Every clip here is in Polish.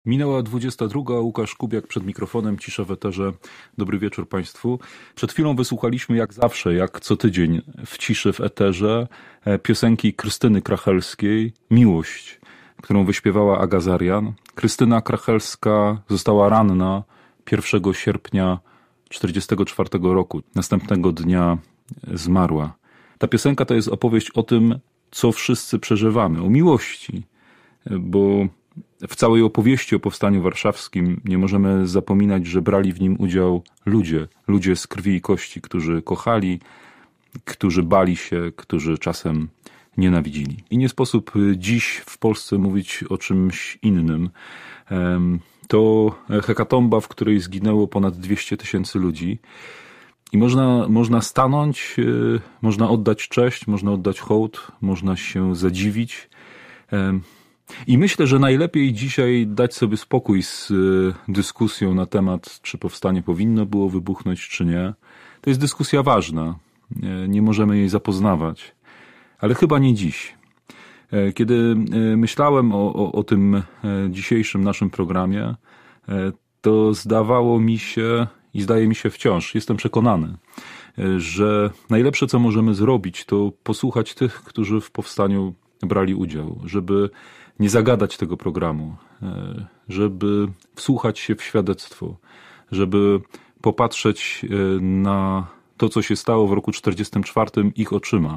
Minęła 22. Łukasz Kubiak przed mikrofonem, cisza w eterze. Dobry wieczór Państwu. Przed chwilą wysłuchaliśmy jak zawsze, jak co tydzień w ciszy w eterze piosenki Krystyny Krachelskiej Miłość, którą wyśpiewała Aga Zarian. Krystyna Krachelska została ranna 1 sierpnia 1944 roku. Następnego dnia zmarła. Ta piosenka to jest opowieść o tym, co wszyscy przeżywamy, o miłości, bo w całej opowieści o Powstaniu Warszawskim nie możemy zapominać, że brali w nim udział ludzie z krwi i kości, którzy kochali, którzy bali się, którzy czasem nienawidzili. I nie sposób dziś w Polsce mówić o czymś innym. To hekatomba, w której zginęło ponad 200 000 ludzi. I można stanąć, można oddać cześć, można oddać hołd, można się zadziwić. I myślę, że najlepiej dzisiaj dać sobie spokój z dyskusją na temat, czy powstanie powinno było wybuchnąć, czy nie. To jest dyskusja ważna. Nie możemy jej zapoznawać. Ale chyba nie dziś. Kiedy myślałem o tym dzisiejszym naszym programie, to zdawało mi się i zdaje mi się wciąż, jestem przekonany, że najlepsze, co możemy zrobić, to posłuchać tych, którzy w powstaniu brali udział, żeby nie zagadać tego programu, żeby wsłuchać się w świadectwo, żeby popatrzeć na to, co się stało w roku 1944 ich oczyma.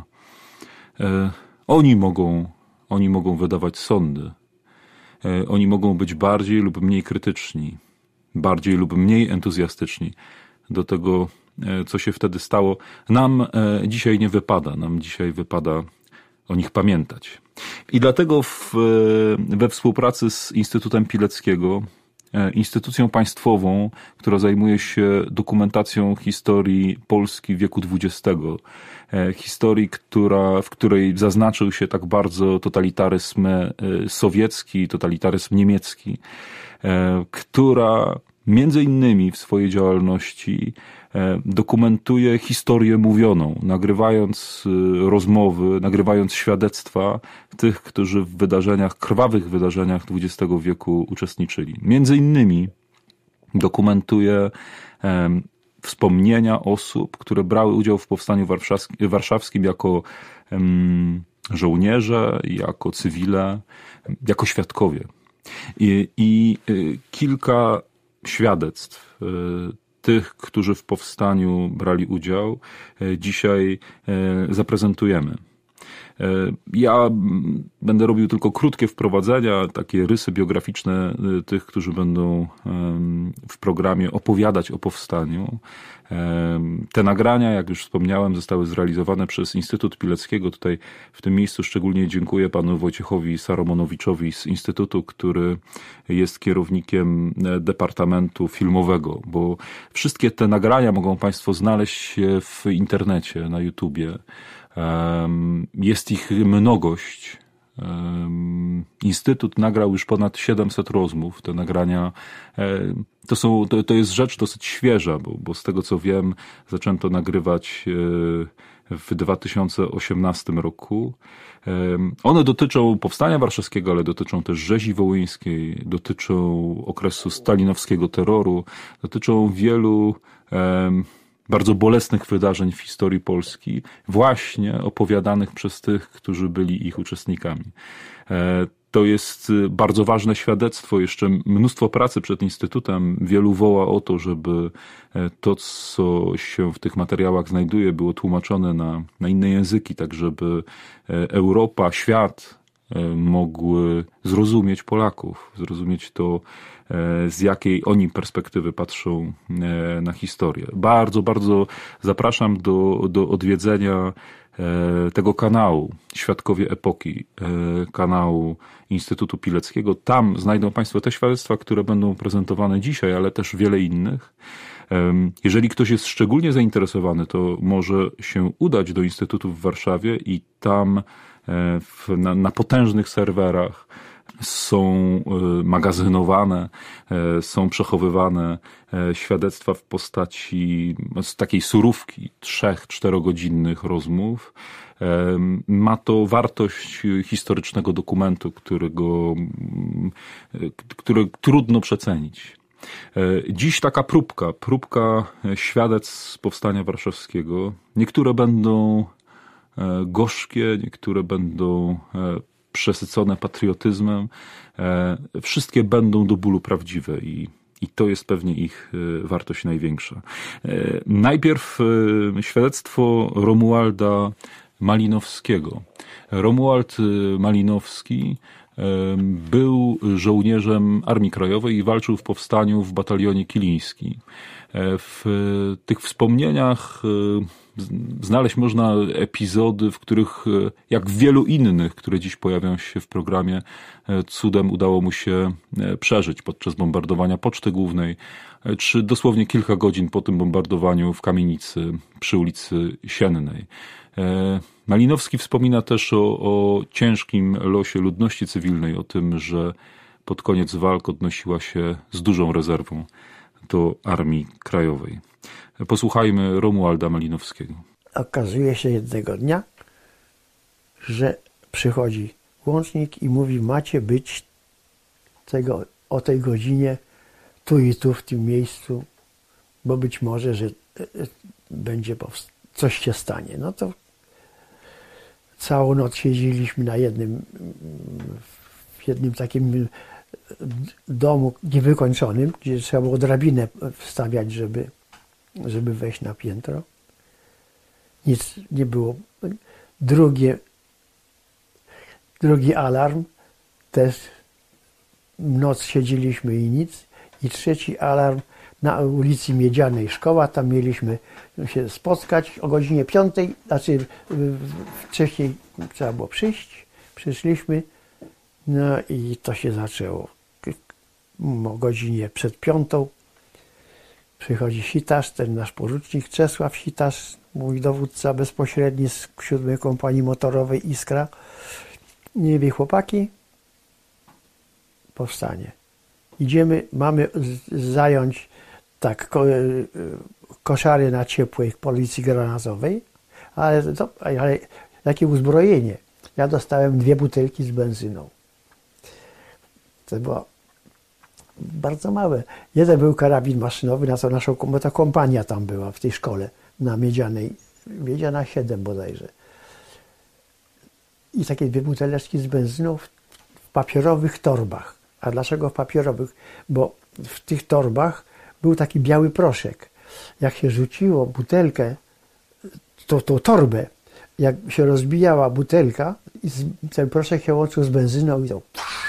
Oni mogą wydawać sądy. Oni mogą być bardziej lub mniej krytyczni, bardziej lub mniej entuzjastyczni do tego, co się wtedy stało. Nam dzisiaj nie wypada, nam dzisiaj wypada o nich pamiętać. I dlatego we współpracy z Instytutem Pileckiego, instytucją państwową, która zajmuje się dokumentacją historii Polski wieku XX, historii, w której zaznaczył się tak bardzo totalitaryzm sowiecki, totalitaryzm niemiecki, która między innymi w swojej działalności dokumentuje historię mówioną, nagrywając rozmowy, nagrywając świadectwa tych, którzy w krwawych wydarzeniach XX wieku uczestniczyli. Między innymi dokumentuje wspomnienia osób, które brały udział w Powstaniu Warszawskim jako żołnierze, jako cywile, jako świadkowie. I kilka świadectw tych, którzy w powstaniu brali udział, dzisiaj zaprezentujemy. Ja będę robił tylko krótkie wprowadzenia, takie rysy biograficzne tych, którzy będą w programie opowiadać o powstaniu. Te nagrania, jak już wspomniałem, zostały zrealizowane przez Instytut Pileckiego. Tutaj w tym miejscu szczególnie dziękuję panu Wojciechowi Saromonowiczowi z Instytutu, który jest kierownikiem Departamentu Filmowego, bo wszystkie te nagrania mogą państwo znaleźć w internecie, na YouTubie. Jest ich mnogość. Instytut nagrał już ponad 700 rozmów. Te nagrania to jest rzecz dosyć świeża, bo z tego co wiem, zaczęto nagrywać w 2018 roku. One dotyczą Powstania Warszawskiego, ale dotyczą też rzezi wołyńskiej, dotyczą okresu stalinowskiego terroru, dotyczą wielu bardzo bolesnych wydarzeń w historii Polski, właśnie opowiadanych przez tych, którzy byli ich uczestnikami. To jest bardzo ważne świadectwo, jeszcze mnóstwo pracy przed Instytutem. Wielu woła o to, żeby to, co się w tych materiałach znajduje, było tłumaczone na inne języki, tak żeby Europa, świat mogły zrozumieć Polaków, zrozumieć to, z jakiej oni perspektywy patrzą na historię. Bardzo, bardzo zapraszam do odwiedzenia tego kanału Świadkowie Epoki, kanału Instytutu Pileckiego. Tam znajdą państwo te świadectwa, które będą prezentowane dzisiaj, ale też wiele innych. Jeżeli ktoś jest szczególnie zainteresowany, to może się udać do Instytutu w Warszawie i tam na potężnych serwerach są magazynowane, są przechowywane świadectwa w postaci z takiej surówki 3-4 godzinnych rozmów. Ma to wartość historycznego dokumentu, który trudno przecenić. Dziś taka próbka świadectw Powstania Warszawskiego. Niektóre będą gorzkie, niektóre będą przesycone patriotyzmem. Wszystkie będą do bólu prawdziwe i to jest pewnie ich wartość największa. Najpierw świadectwo Romualda Malinowskiego. Romuald Malinowski był żołnierzem Armii Krajowej i walczył w powstaniu w batalionie Kiliński. W tych wspomnieniach znaleźć można epizody, w których, jak w wielu innych, które dziś pojawiają się w programie, cudem udało mu się przeżyć podczas bombardowania Poczty Głównej, czy dosłownie kilka godzin po tym bombardowaniu w kamienicy przy ulicy Siennej. Malinowski wspomina też o ciężkim losie ludności cywilnej, o tym, że pod koniec walk odnosiła się z dużą rezerwą do Armii Krajowej. Posłuchajmy Romualda Malinowskiego. Okazuje się jednego dnia, że przychodzi łącznik i mówi: macie być o tej godzinie tu i tu w tym miejscu, bo być może, że coś się stanie. No to całą noc siedzieliśmy w jednym takim domu niewykończonym, gdzie trzeba było drabinę wstawiać, żeby wejść na piętro. Nic nie było. Drugi alarm, też noc siedzieliśmy i nic. I trzeci alarm na ulicy Miedzianej, szkoła, tam mieliśmy się spotkać o godzinie 5, znaczy wcześniej trzeba było przyjść. Przyszliśmy, no i to się zaczęło o godzinie przed 5. Przychodzi Sitarz, ten nasz porucznik Czesław Sitarz, mój dowódca bezpośredni z 7. Kompanii Motorowej Iskra. Nie mówi: chłopaki, powstanie. Idziemy, mamy zająć koszary na ciepłej policji granatowej, ale jakie uzbrojenie. Ja dostałem 2 butelki z benzyną. To było bardzo małe. Jeden był karabin maszynowy, na co bo ta kompania tam była w tej szkole na Miedzianej, Miedziana 7 bodajże. I takie 2 buteleczki z benzyną w papierowych torbach. A dlaczego w papierowych? Bo w tych torbach był taki biały proszek. Jak się rzuciło butelkę, tą torbę, jak się rozbijała butelka, i ten proszek się łączył z benzyną i to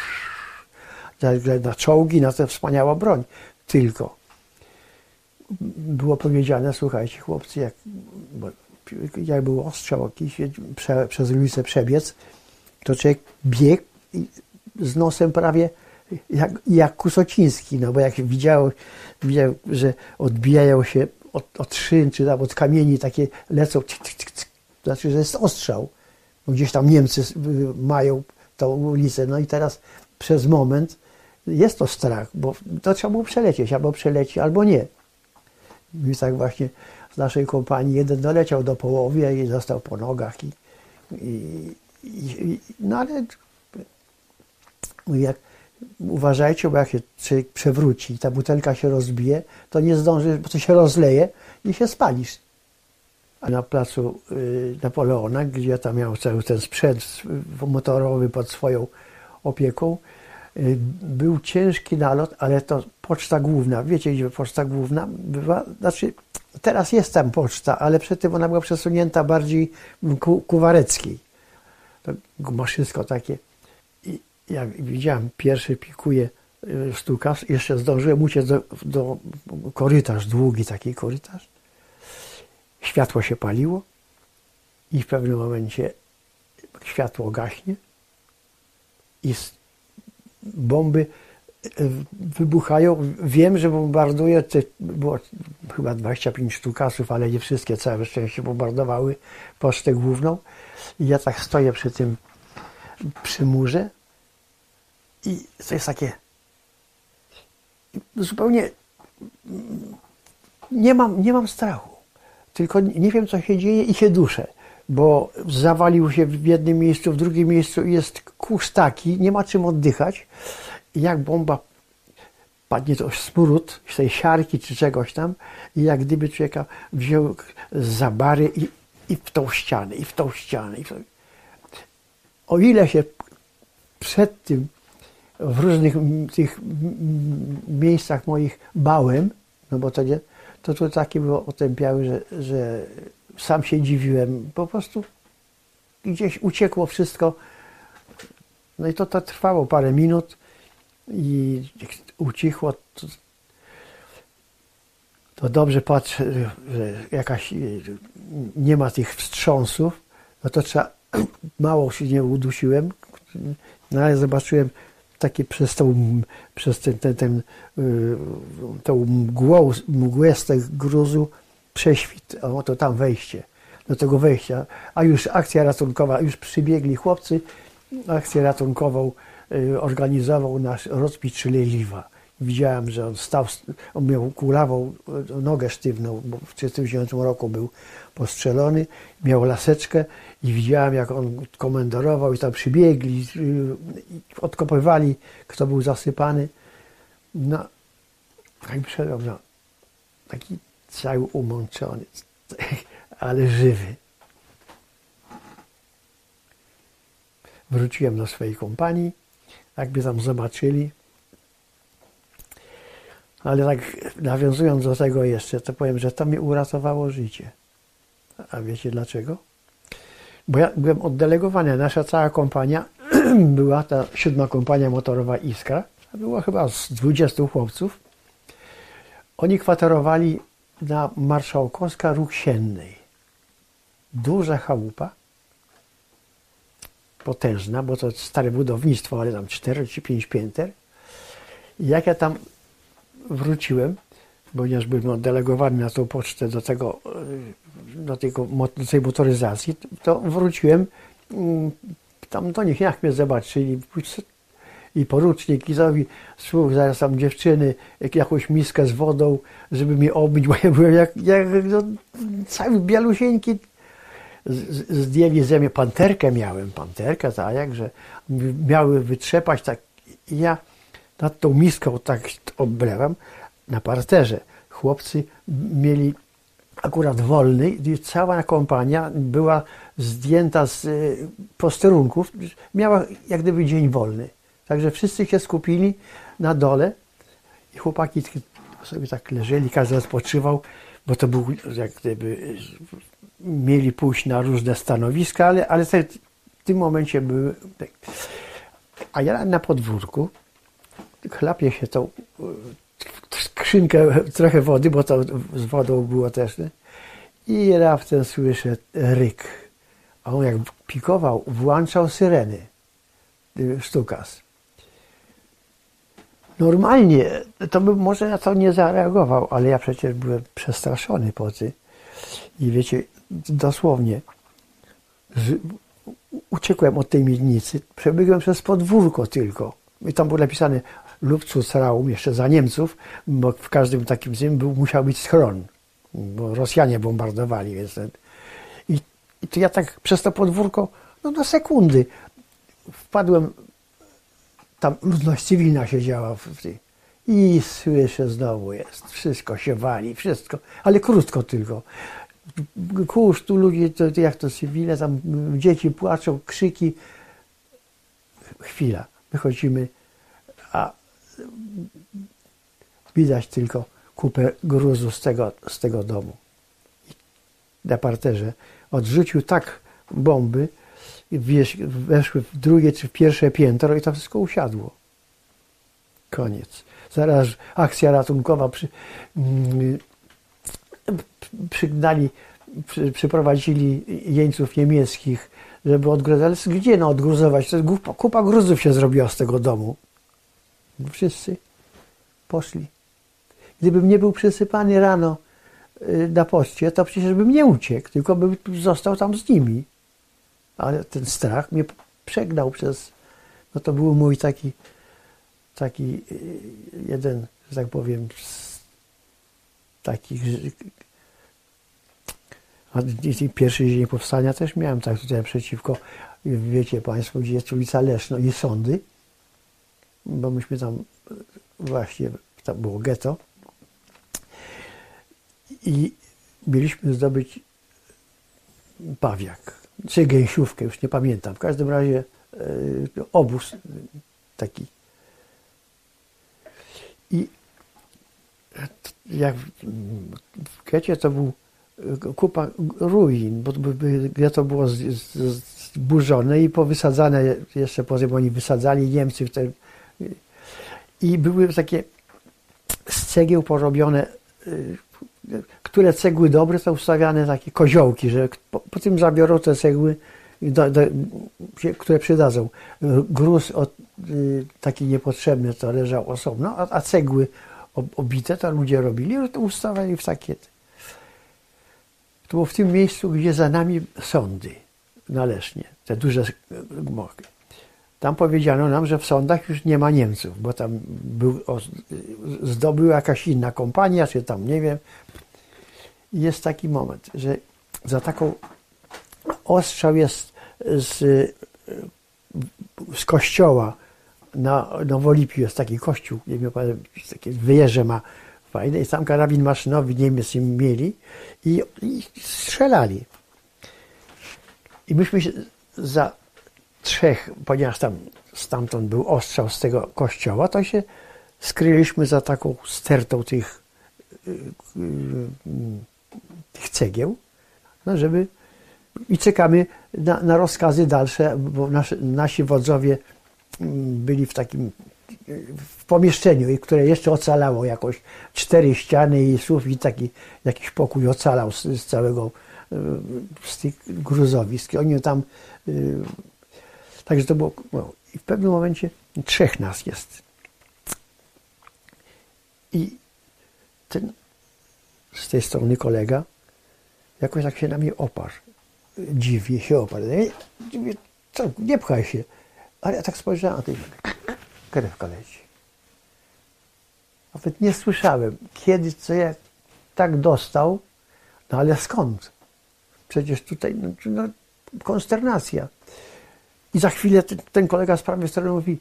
na czołgi, na tę wspaniałą broń. Tylko było powiedziane: słuchajcie chłopcy, jak był ostrzał jakiś, przez ulicę przebiec, to człowiek biegł z nosem prawie jak Kusociński, no bo jak widział, że odbijają się od szyn, czy tam od kamieni takie lecą, to znaczy, że jest ostrzał. Bo gdzieś tam Niemcy mają tą ulicę, no i teraz przez moment jest to strach, bo to trzeba było przelecieć, albo przeleci, albo nie. I tak właśnie z naszej kompanii jeden doleciał do połowy i został po nogach. No ale jak uważajcie, bo jak się człowiek przewróci i ta butelka się rozbije, to nie zdąży, bo to się rozleje i się spalisz. A na placu Napoleona, gdzie ja tam miał cały ten sprzęt motorowy pod swoją opieką, był ciężki nalot, ale to poczta główna. Wiecie, gdzie poczta główna bywa? Znaczy, teraz jest tam poczta, ale przedtem ona była przesunięta bardziej ku Wareckiej. To gumaszystko takie. I jak widziałem, pierwszy pikuje stukas, jeszcze zdążyłem uciec do korytarz, długi taki korytarz. Światło się paliło i w pewnym momencie światło gaśnie i bomby wybuchają. Wiem, że bombarduje, było chyba 25 sztukasów, ale nie wszystkie, całe szczęście bombardowały pocztę główną. I ja tak stoję przy murze i to jest takie zupełnie nie mam strachu, tylko nie wiem, co się dzieje i się duszę. bo zawalił się w jednym miejscu, w drugim miejscu jest kurz taki, nie ma czym oddychać. I jak bomba padnie, to smród z tej siarki czy czegoś tam i jak gdyby człowieka wziął za bary i w tą ścianę, i w tą ścianę. O ile się przed tym w różnych tych miejscach moich bałem, no bo to takie było otępiałe, że sam się dziwiłem. Po prostu gdzieś uciekło wszystko. No i to trwało parę minut i ucichło. To dobrze patrzę, że jakaś nie ma tych wstrząsów, no to trzeba, mało się nie udusiłem, no ale zobaczyłem takie przez tą mgłę z tego gruzu prześwit, o to tam wejście, do tego wejścia, a już akcja ratunkowa, już przybiegli chłopcy, akcję ratunkową organizował nasz rozpicz Liwa. Widziałem, że on miał kulawą nogę sztywną, bo w 1939 roku był postrzelony, miał laseczkę i widziałem, jak on komendorował i tam przybiegli, odkopywali, kto był zasypany. No, tak przyszedł, no, taki cały umączony, ale żywy. Wróciłem do swojej kompanii, jakby tam zobaczyli. Ale tak nawiązując do tego jeszcze, to powiem, że to mi uratowało życie. A wiecie dlaczego? Bo ja byłem oddelegowany. Nasza cała kompania była ta 7. kompania motorowa Iskra. Była chyba z 20 chłopców. Oni kwaterowali na Marszałkowska Róg Siennej. Duża chałupa. Potężna, bo to stare budownictwo, ale tam 4 czy 5 pięter. I jak ja tam wróciłem, ponieważ byłem oddelegowany na tą pocztę do tej motoryzacji, to wróciłem tam do nich, jak mnie zobaczyli i porucznik, i zrobił zaraz tam dziewczyny, jakąś miskę z wodą, żeby mnie obmyć, bo ja byłem jak no, cały bielusieńki. Zdjęli ze mnie panterkę, tak jakże miały wytrzepać, tak i ja nad tą miską tak oblewam na parterze. Chłopcy mieli akurat wolny i cała kompania była zdjęta z posterunków. Miała jak gdyby dzień wolny. Także wszyscy się skupili na dole i chłopaki sobie tak leżeli, każdy odpoczywał, bo to był jak gdyby mieli pójść na różne stanowiska, ale w tym momencie były. A ja na podwórku chlapię się tą skrzynkę, trochę wody, bo to z wodą było też, nie? I raptem słyszę ryk. A on jak pikował, włączał syreny, sztukas. Normalnie, to bym może na to nie zareagował, ale ja przecież byłem przestraszony po tym. I wiecie, dosłownie, uciekłem od tej miednicy, przebiegłem przez podwórko tylko. I tam było napisane Luftschutzraum, jeszcze za Niemców, bo w każdym takim zim musiał być schron, bo Rosjanie bombardowali. Więc I to ja tak przez to podwórko, no na sekundy wpadłem, tam ludność cywilna siedziała w tej. I słyszę, znowu jest, wszystko się wali, wszystko, ale krótko tylko. Kurz, tu ludzie, to jak to cywile, tam dzieci płaczą, krzyki. Chwila, wychodzimy, a widać tylko kupę gruzu z tego domu. Na parterze odrzucił tak bomby, weszły w drugie czy w pierwsze piętro i to wszystko usiadło. Koniec. Zaraz akcja ratunkowa przyprowadzili jeńców niemieckich, żeby odgruzować. Ale gdzie odgruzować? Kupa gruzów się zrobiła z tego domu. Wszyscy poszli. Gdybym nie był przysypany rano na poczcie, to przecież bym nie uciekł, tylko bym został tam z nimi. Ale ten strach mnie przegnał no to był mój taki jeden, że tak powiem, z takich A pierwszy dzień powstania też miałem tak tutaj przeciwko, wiecie Państwo, gdzie jest ulica Leszno i sądy, bo myśmy tam właśnie, tam było getto i mieliśmy zdobyć pawiak, czy gęsiówkę, już nie pamiętam. W każdym razie obóz taki. I jak w getcie to był kupa ruin, bo getto było zburzone i powysadzane, jeszcze potem oni wysadzali Niemcy i były takie z cegieł porobione, które cegły dobre, to ustawiane takie koziołki, że po tym zabiorą te cegły, które przydadzą. Gruz taki niepotrzebny to leżał osobno, a cegły obite to ludzie robili, to ustawiali w takie. To było w tym miejscu, gdzie za nami sądy na Lesznie, te duże gmachy. Tam powiedziano nam, że w sądach już nie ma Niemców, bo tam zdobyła jakaś inna kompania, czy tam nie wiem. I jest taki moment, że za taką ostrzał jest z kościoła na Nowolipiu, jest taki kościół, nie wiem, takie wyjeżdżę ma fajne i tam karabin maszynowy Niemiec im mieli i strzelali. I myśmy się za trzech, ponieważ tam stamtąd był ostrzał z tego kościoła, to się skryliśmy za taką stertą tych cegieł, no żeby i czekamy na rozkazy dalsze, bo nasi wodzowie byli w takim pomieszczeniu, które jeszcze ocalało jakoś 4 ściany i sufit, taki jakiś pokój ocalał z całego, z tych gruzowisk. Oni tam, także to było, no, i w pewnym momencie 3 nas jest. I ten z tej strony kolega jakoś tak się na mnie oparł. Dziwnie się oparł. Co, nie pchaj się. Ale ja tak spojrzałem, a tej krewka leci. Nawet nie słyszałem, kiedy, co ja tak dostał, no ale skąd? Przecież tutaj no, konsternacja. I za chwilę ten kolega z prawej strony mówi,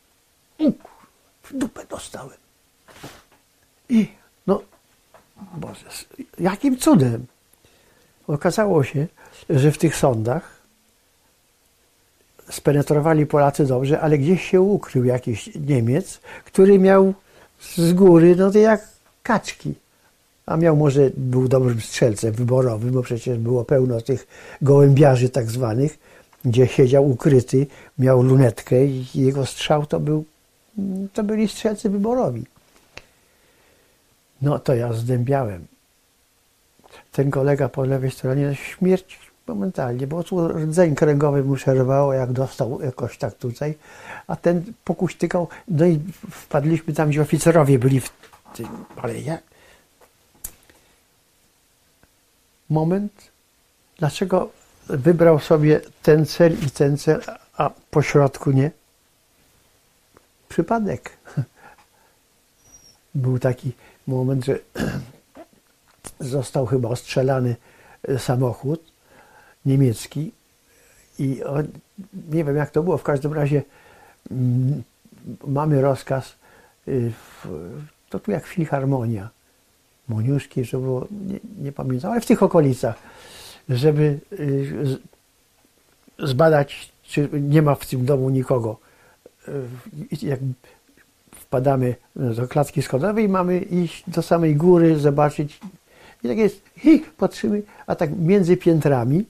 w dupę dostałem. I no, Boże, jakim cudem? Okazało się, że w tych sądach spenetrowali Polacy dobrze, ale gdzieś się ukrył jakiś Niemiec, który miał z góry, no to jak kaczki. A może był dobrym strzelcem wyborowym, bo przecież było pełno tych gołębiarzy tak zwanych, gdzie siedział ukryty, miał lunetkę i jego strzał to byli strzelcy wyborowi. No to ja zdębiałem. Ten kolega po lewej stronie, śmierć momentalnie, bo tu rdzeń kręgowy mu przerwało, jak dostał jakoś tak tutaj, a ten pokuśtykał, no i wpadliśmy tam, gdzie oficerowie byli w tym, ale jak? Moment, dlaczego wybrał sobie ten cel i ten cel, a po środku nie? Przypadek. Był taki moment, że został chyba ostrzelany samochód niemiecki i nie wiem jak to było, w każdym razie mamy rozkaz, to tu jak filharmonia, Moniuszki, że było, nie pamiętam, ale w tych okolicach, żeby zbadać, czy nie ma w tym domu nikogo. Jak wpadamy do klatki schodowej, mamy iść do samej góry, zobaczyć. I tak jest, patrzymy, a tak między piętrami,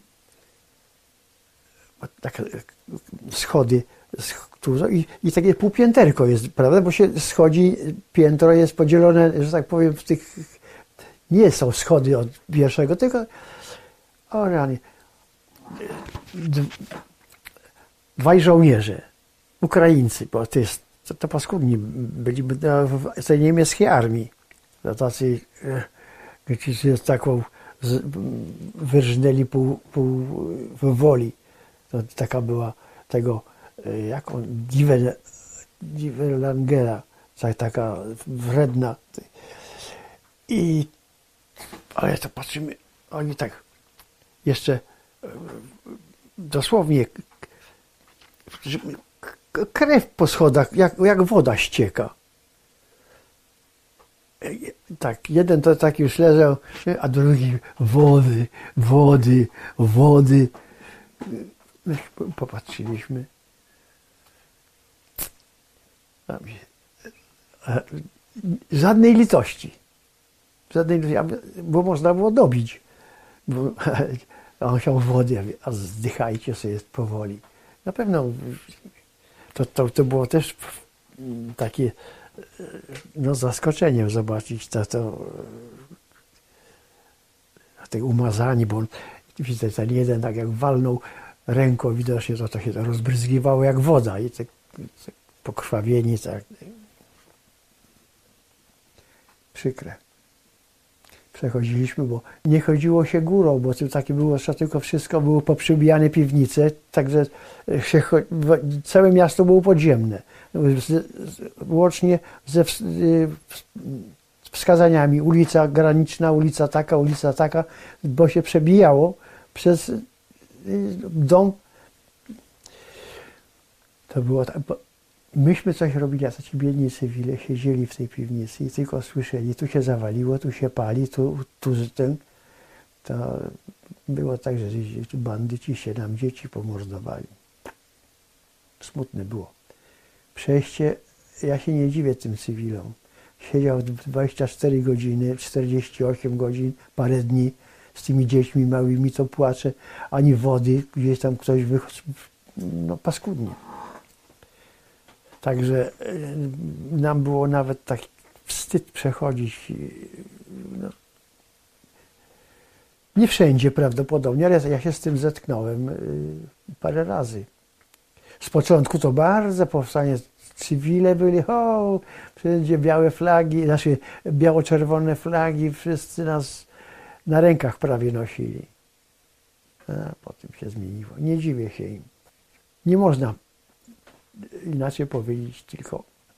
tak schody i takie półpięterko jest, prawda, bo się schodzi, piętro jest podzielone, że tak powiem, w tych, nie są schody od pierwszego, tylko, o rany, 2 żołnierze, Ukraińcy, bo to paskudni byli w tej niemieckiej armii, to tacy, gdzie taką wyrżnęli pół woli. To taka była tego, jak on, Diverlangera, taka wredna. Ale to patrzymy, oni tak jeszcze dosłownie krew po schodach, jak woda ścieka. Tak, jeden to tak już leżał, a drugi wody. Popatrzyliśmy. Żadnej litości, bo można było dobić. A on chciał wody, a zdychajcie sobie powoli. Na pewno to było też takie zaskoczenie zobaczyć te umazanie, bo widzę, ten jeden tak jak walnął ręką, widocznie to się to rozbryzgiwało jak woda i te pokrwawienie tak przykre. Przechodziliśmy, bo nie chodziło się górą, bo tu takie było, że tylko wszystko było poprzybijane piwnice, także całe miasto było podziemne. Łącznie ze wskazaniami ulica graniczna, ulica taka, bo się przebijało przez dom. To było tak. Myśmy coś robili, a ci biedni cywile siedzieli w tej piwnicy i tylko słyszeli, tu się zawaliło, tu się pali, tu ten. To było tak, że bandyci się nam dzieci pomordowali. Smutne było. Przejście, ja się nie dziwię tym cywilom. Siedział 24 godziny, 48 godzin, parę dni z tymi dziećmi małymi, co płacze, ani wody, gdzieś tam ktoś paskudnie. Także nam było nawet tak wstyd przechodzić. Nie wszędzie prawdopodobnie, ale ja się z tym zetknąłem parę razy. Z początku to bardzo powstanie. Cywile byli, wszędzie białe flagi, znaczy biało-czerwone flagi, wszyscy nas na rękach prawie nosili. A potem się zmieniło. Nie dziwię się im. Nie można inaczej powiedzieć, tylko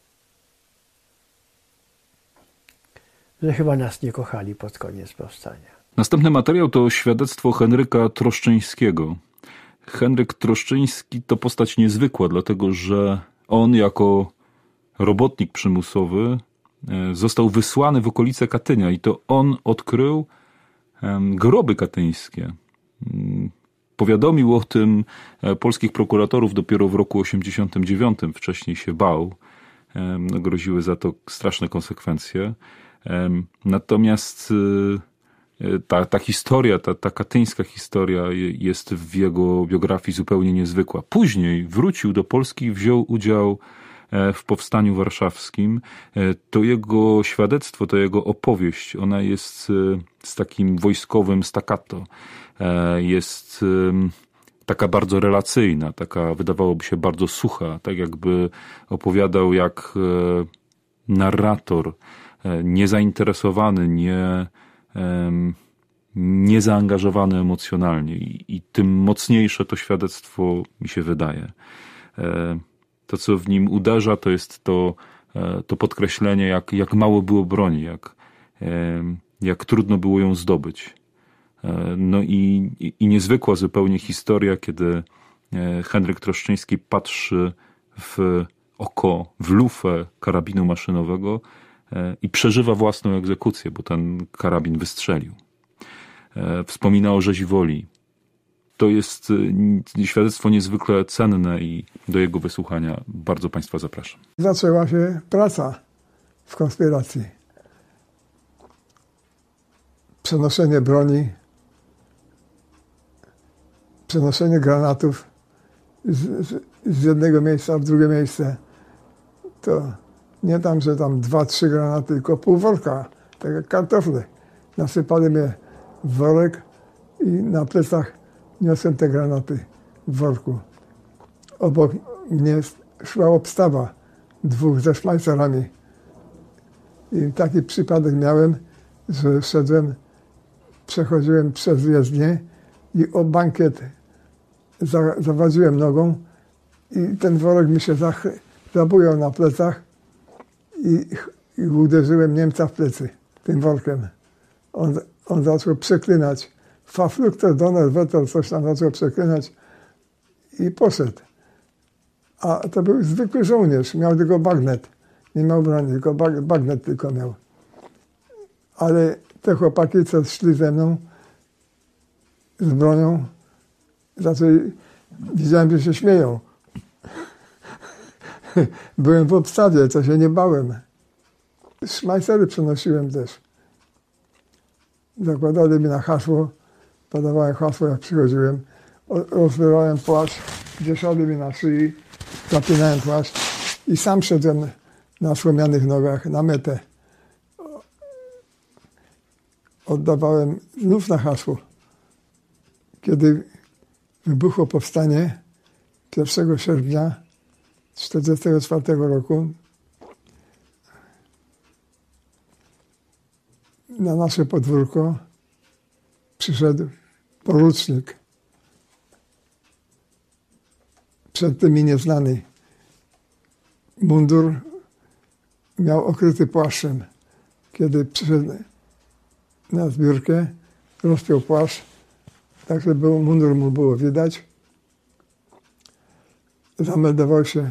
że chyba nas nie kochali pod koniec powstania. Następny materiał to świadectwo Henryka Troszczyńskiego. Henryk Troszczyński to postać niezwykła, dlatego że on jako robotnik przymusowy został wysłany w okolice Katynia i to on odkrył groby katyńskie. Powiadomił o tym polskich prokuratorów dopiero w roku 1989. Wcześniej się bał. Groziły za to straszne konsekwencje. Natomiast ta historia, ta katyńska historia jest w jego biografii zupełnie niezwykła. Później wrócił do Polski i wziął udział w Powstaniu Warszawskim. To jego świadectwo, to jego opowieść, ona jest z takim wojskowym staccato. Jest taka bardzo relacyjna, taka wydawałoby się bardzo sucha, tak jakby opowiadał jak narrator, niezainteresowany, niezaangażowany emocjonalnie i tym mocniejsze to świadectwo mi się wydaje. To, co w nim uderza, to jest to podkreślenie, jak mało było broni, jak trudno było ją zdobyć. No i niezwykła zupełnie historia, kiedy Henryk Troszczyński patrzy w oko, w lufę karabinu maszynowego i przeżywa własną egzekucję, bo ten karabin wystrzelił. Wspomina o rzezi woli. To jest świadectwo niezwykle cenne i do jego wysłuchania bardzo Państwa zapraszam. Zaczęła się praca w konspiracji. Przenoszenie broni, przenoszenie granatów z jednego miejsca w drugie miejsce. To nie tam, że tam 2-3 granaty, tylko pół worka, tak jak kartofle. Nasypali mnie w worek i na plecach niosłem te granaty w worku. Obok mnie szła obstawa 2 ze szmajcerami. I taki przypadek miałem, że przechodziłem przez jezdnię i o bankiet zawadziłem nogą i ten worek mi się zabujał na plecach i uderzyłem Niemca w plecy tym workiem. On zaczął przeklinać Verfluchter Donnerwetter, coś tam zaczął przeklinać i poszedł. A to był zwykły żołnierz, miał tylko bagnet. Nie miał broni, tylko bagnet tylko miał. Ale te chłopaki, co szli ze mną z bronią, widziałem, że się śmieją. Byłem w obstawie, to się nie bałem. Szmajcery przenosiłem też. Zakładali mi na hasło, podawałem hasło, jak przychodziłem. Rozbierałem płaszcz, wieszali mi na szyi, zapinałem płaszcz i sam szedłem na słomianych nogach na metę. Oddawałem znów na hasło. Kiedy wybuchło powstanie 1 sierpnia 1944 roku, na nasze podwórko przyszedł porucznik. Przedtem mi nieznany. Mundur miał okryty płaszczem. Kiedy przyszedł na zbiórkę, rozpiął płaszcz, tak żeby mundur mu było widać. Zameldował się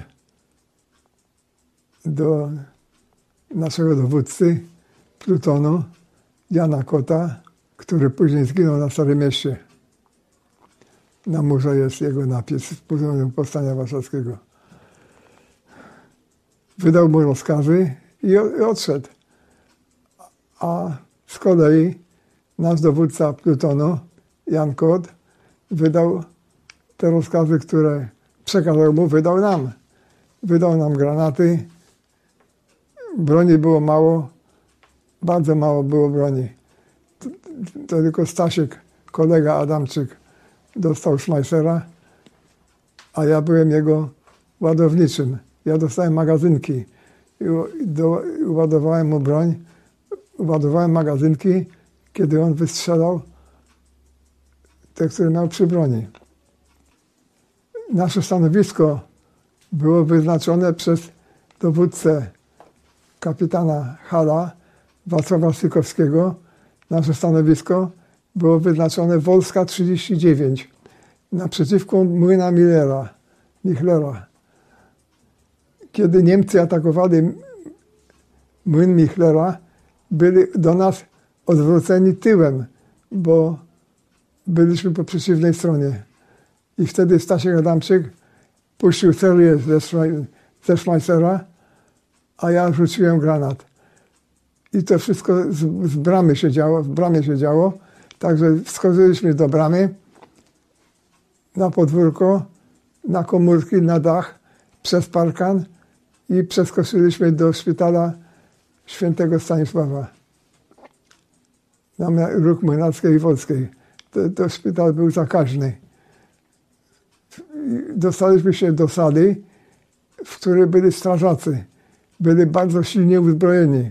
do naszego dowódcy plutonu, Jana Kota, który później zginął na Starym Mieście. Na murze jest jego napis z plutonu Powstania Warszawskiego. Wydał mu rozkazy i odszedł. A z kolei nasz dowódca plutonu, Jan Kot, wydał te rozkazy, które przekazał mu, wydał nam. Wydał nam granaty. Broni było mało, bardzo mało było broni. To tylko Stasiek, kolega Adamczyk, dostał Szmajsera, a ja byłem jego ładowniczym. Ja dostałem magazynki i ładowałem mu broń. Ładowałem magazynki, kiedy on wystrzelał te, które miał przy broni. Nasze stanowisko było wyznaczone przez dowódcę kapitana Hala, Wacława Sykowskiego. Nasze stanowisko było wyznaczone Wolska 39 naprzeciwko młyna Michlera. Kiedy Niemcy atakowali młyn Michlera, byli do nas odwróceni tyłem, bo byliśmy po przeciwnej stronie. I wtedy Stasiek Adamczyk puścił serię ze Szmajcera, a ja rzuciłem granat. I to wszystko w bramie się działo. Także wskoczyliśmy do bramy, na podwórko, na komórki, na dach, przez parkan i przeskoczyliśmy do szpitala Świętego Stanisława na Róg Młynarskiej i Wolskiej. To szpital był zakaźny. Dostaliśmy się do sali, w której byli strażacy. Byli bardzo silnie uzbrojeni.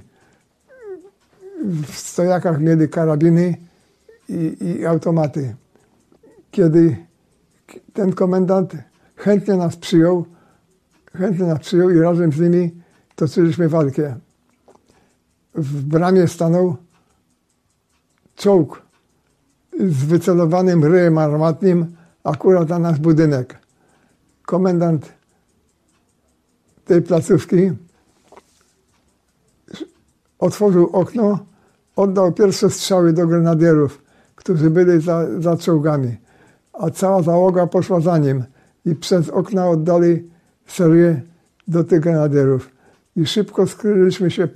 W stojakach mieli karabiny i automaty. Kiedy ten komendant chętnie nas przyjął i razem z nimi toczyliśmy walkę. W bramie stanął czołg z wycelowanym ryjem armatnim akurat na nasz budynek. Komendant tej placówki otworzył okno, oddał pierwsze strzały do grenadierów, którzy byli za czołgami, a cała załoga poszła za nim i przez okna oddali serię do tych grenadierów. I szybko skryliśmy się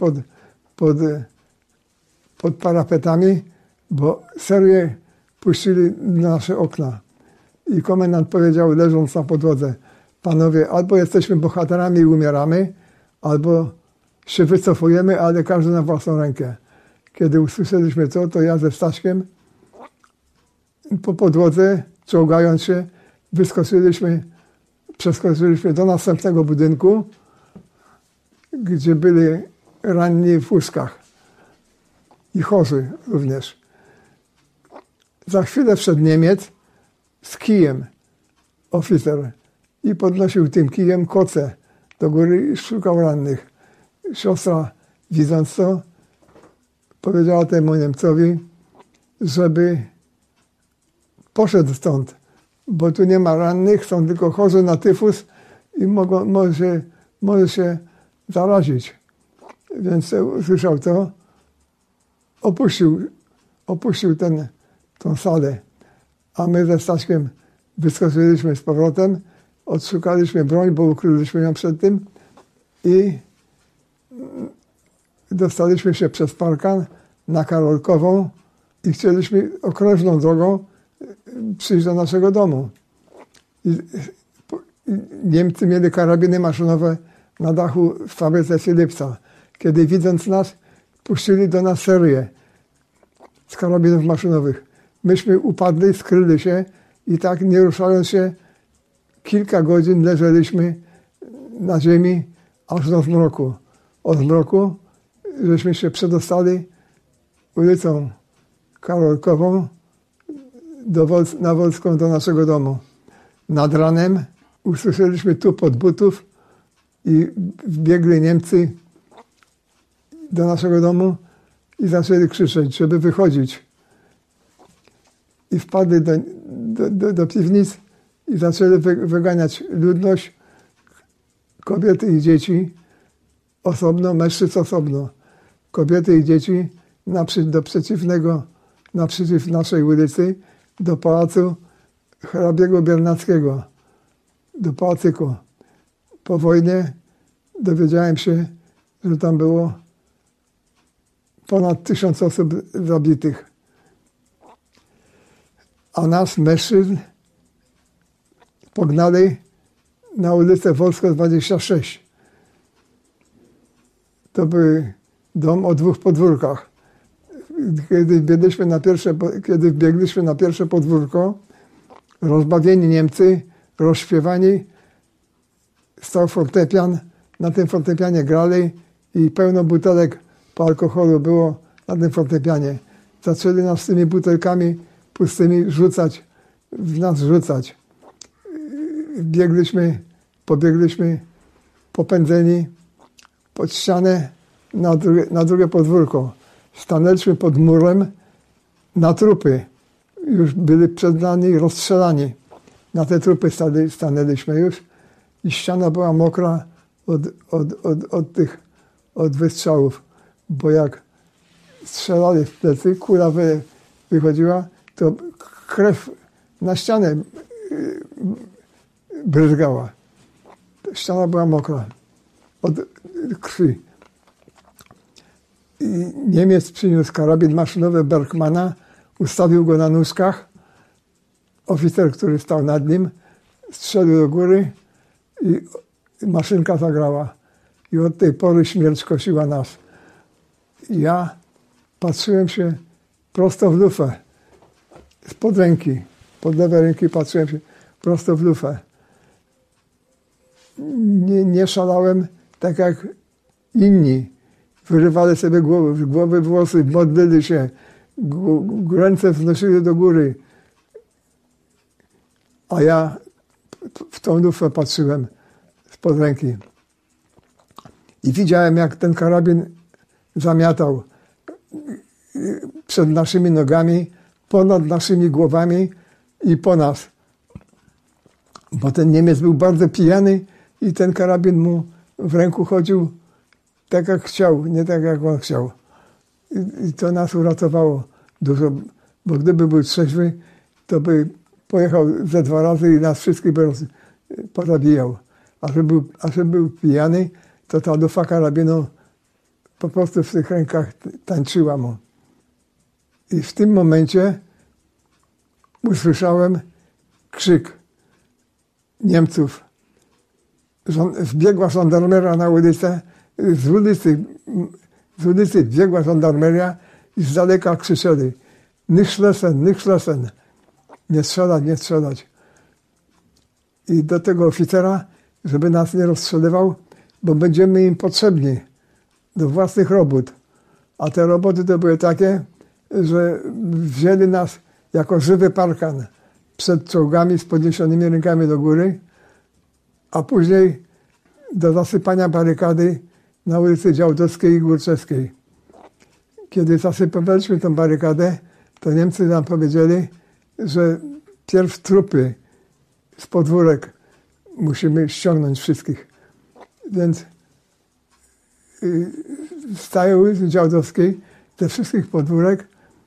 pod parapetami, bo serię puścili na nasze okna. I komendant powiedział, leżąc na podłodze: panowie, albo jesteśmy bohaterami i umieramy, albo się wycofujemy, ale każdy na własną rękę. Kiedy usłyszeliśmy to ja ze Staśkiem po podłodze, czołgając się, przeskoczyliśmy do następnego budynku, gdzie byli ranni w łóżkach i chorzy również. Za chwilę wszedł Niemiec z kijem, oficer, i podnosił tym kijem koce do góry i szukał rannych. Siostra, widząc to, powiedziała temu Niemcowi, żeby poszedł stąd, bo tu nie ma rannych, są tylko chorzy na tyfus i może się zarazić. Więc usłyszał to, opuścił tą salę, a my ze Staśkiem wyskoczyliśmy z powrotem, odszukaliśmy broń, bo ukryliśmy ją przed tym i dostaliśmy się przez parkan na Karolkową i chcieliśmy okrężną drogą przyjść do naszego domu. I Niemcy mieli karabiny maszynowe na dachu w fabryce Philipsa. Kiedy widząc nas, puścili do nas serię z karabinów maszynowych. Myśmy upadli, skryli się i tak nie ruszając się kilka godzin leżeliśmy na ziemi aż do zmroku. Od zmroku żeśmy się przedostali ulicą Karolkową na Wolską do naszego domu. Nad ranem usłyszeliśmy tupot butów i wbiegli Niemcy do naszego domu i zaczęli krzyczeć, żeby wychodzić. I wpadli do piwnic i zaczęli wyganiać ludność, kobiety i dzieci osobno, mężczyzn osobno. Kobiety i dzieci naprzeciw naszej ulicy, do pałacu hrabiego Biernackiego, do pałacyku. Po wojnie dowiedziałem się, że tam było ponad 1000 osób zabitych. A nas, mężczyzn, pognali na ulicę Wolską 26. To był dom o 2 podwórkach. Kiedy wbiegliśmy na pierwsze podwórko, rozbawieni Niemcy, rozśpiewani, stał fortepian, na tym fortepianie grali i pełno butelek po alkoholu było na tym fortepianie. Zaczęli nas z tymi butelkami pustymi rzucać. Pobiegliśmy popędzeni pod ścianę na drugie podwórko. Stanęliśmy pod murem na trupy. Już byli przed nami rozstrzelani. Na te trupy stanęliśmy już i ściana była mokra od wystrzałów. Bo jak strzelali w plecy, kula wychodziła, to krew na ścianę bryzgała. Ściana była mokra od krwi. I Niemiec przyniósł karabin maszynowy Bergmana, ustawił go na nóżkach. Oficer, który stał nad nim, strzelił do góry i maszynka zagrała. I od tej pory śmierć kosiła nas. Ja patrzyłem się prosto w lufę, spod ręki, pod lewej ręki patrzyłem się prosto w lufę. Nie szalałem tak jak inni. Wyrywali sobie głowy włosy, modlili się, ręce wznosiły do góry. A ja w tą lufę patrzyłem spod ręki. I widziałem, jak ten karabin zamiatał przed naszymi nogami, ponad naszymi głowami i po nas. Bo ten Niemiec był bardzo pijany i ten karabin mu w ręku chodził tak jak chciał, nie tak jak on chciał. I to nas uratowało dużo, bo gdyby był trzeźwy, to by pojechał ze 2 razy i nas wszystkich by pozabijał. A że był pijany, to ta lufa karabinu po prostu w tych rękach tańczyła mu. I w tym momencie usłyszałem krzyk Niemców. Wbiegła żandarmeria na ulicę, z ulicy wbiegła żandarmeria i z daleka krzyczeli: nicht schießen, nicht schießen. Nie strzelać, nie strzelać. I do tego oficera, żeby nas nie rozstrzeliwał, bo będziemy im potrzebni do własnych robót. A te roboty to były takie, że wzięli nas jako żywy parkan przed czołgami z podniesionymi rękami do góry, a później do zasypania barykady na ulicy Działdowskiej i Górczewskiej. Kiedy zasypywaliśmy tę barykadę, to Niemcy nam powiedzieli, że pierw trupy z podwórek musimy ściągnąć wszystkich. Więc staje ulicy Działdowskiej, ze wszystkich podwórek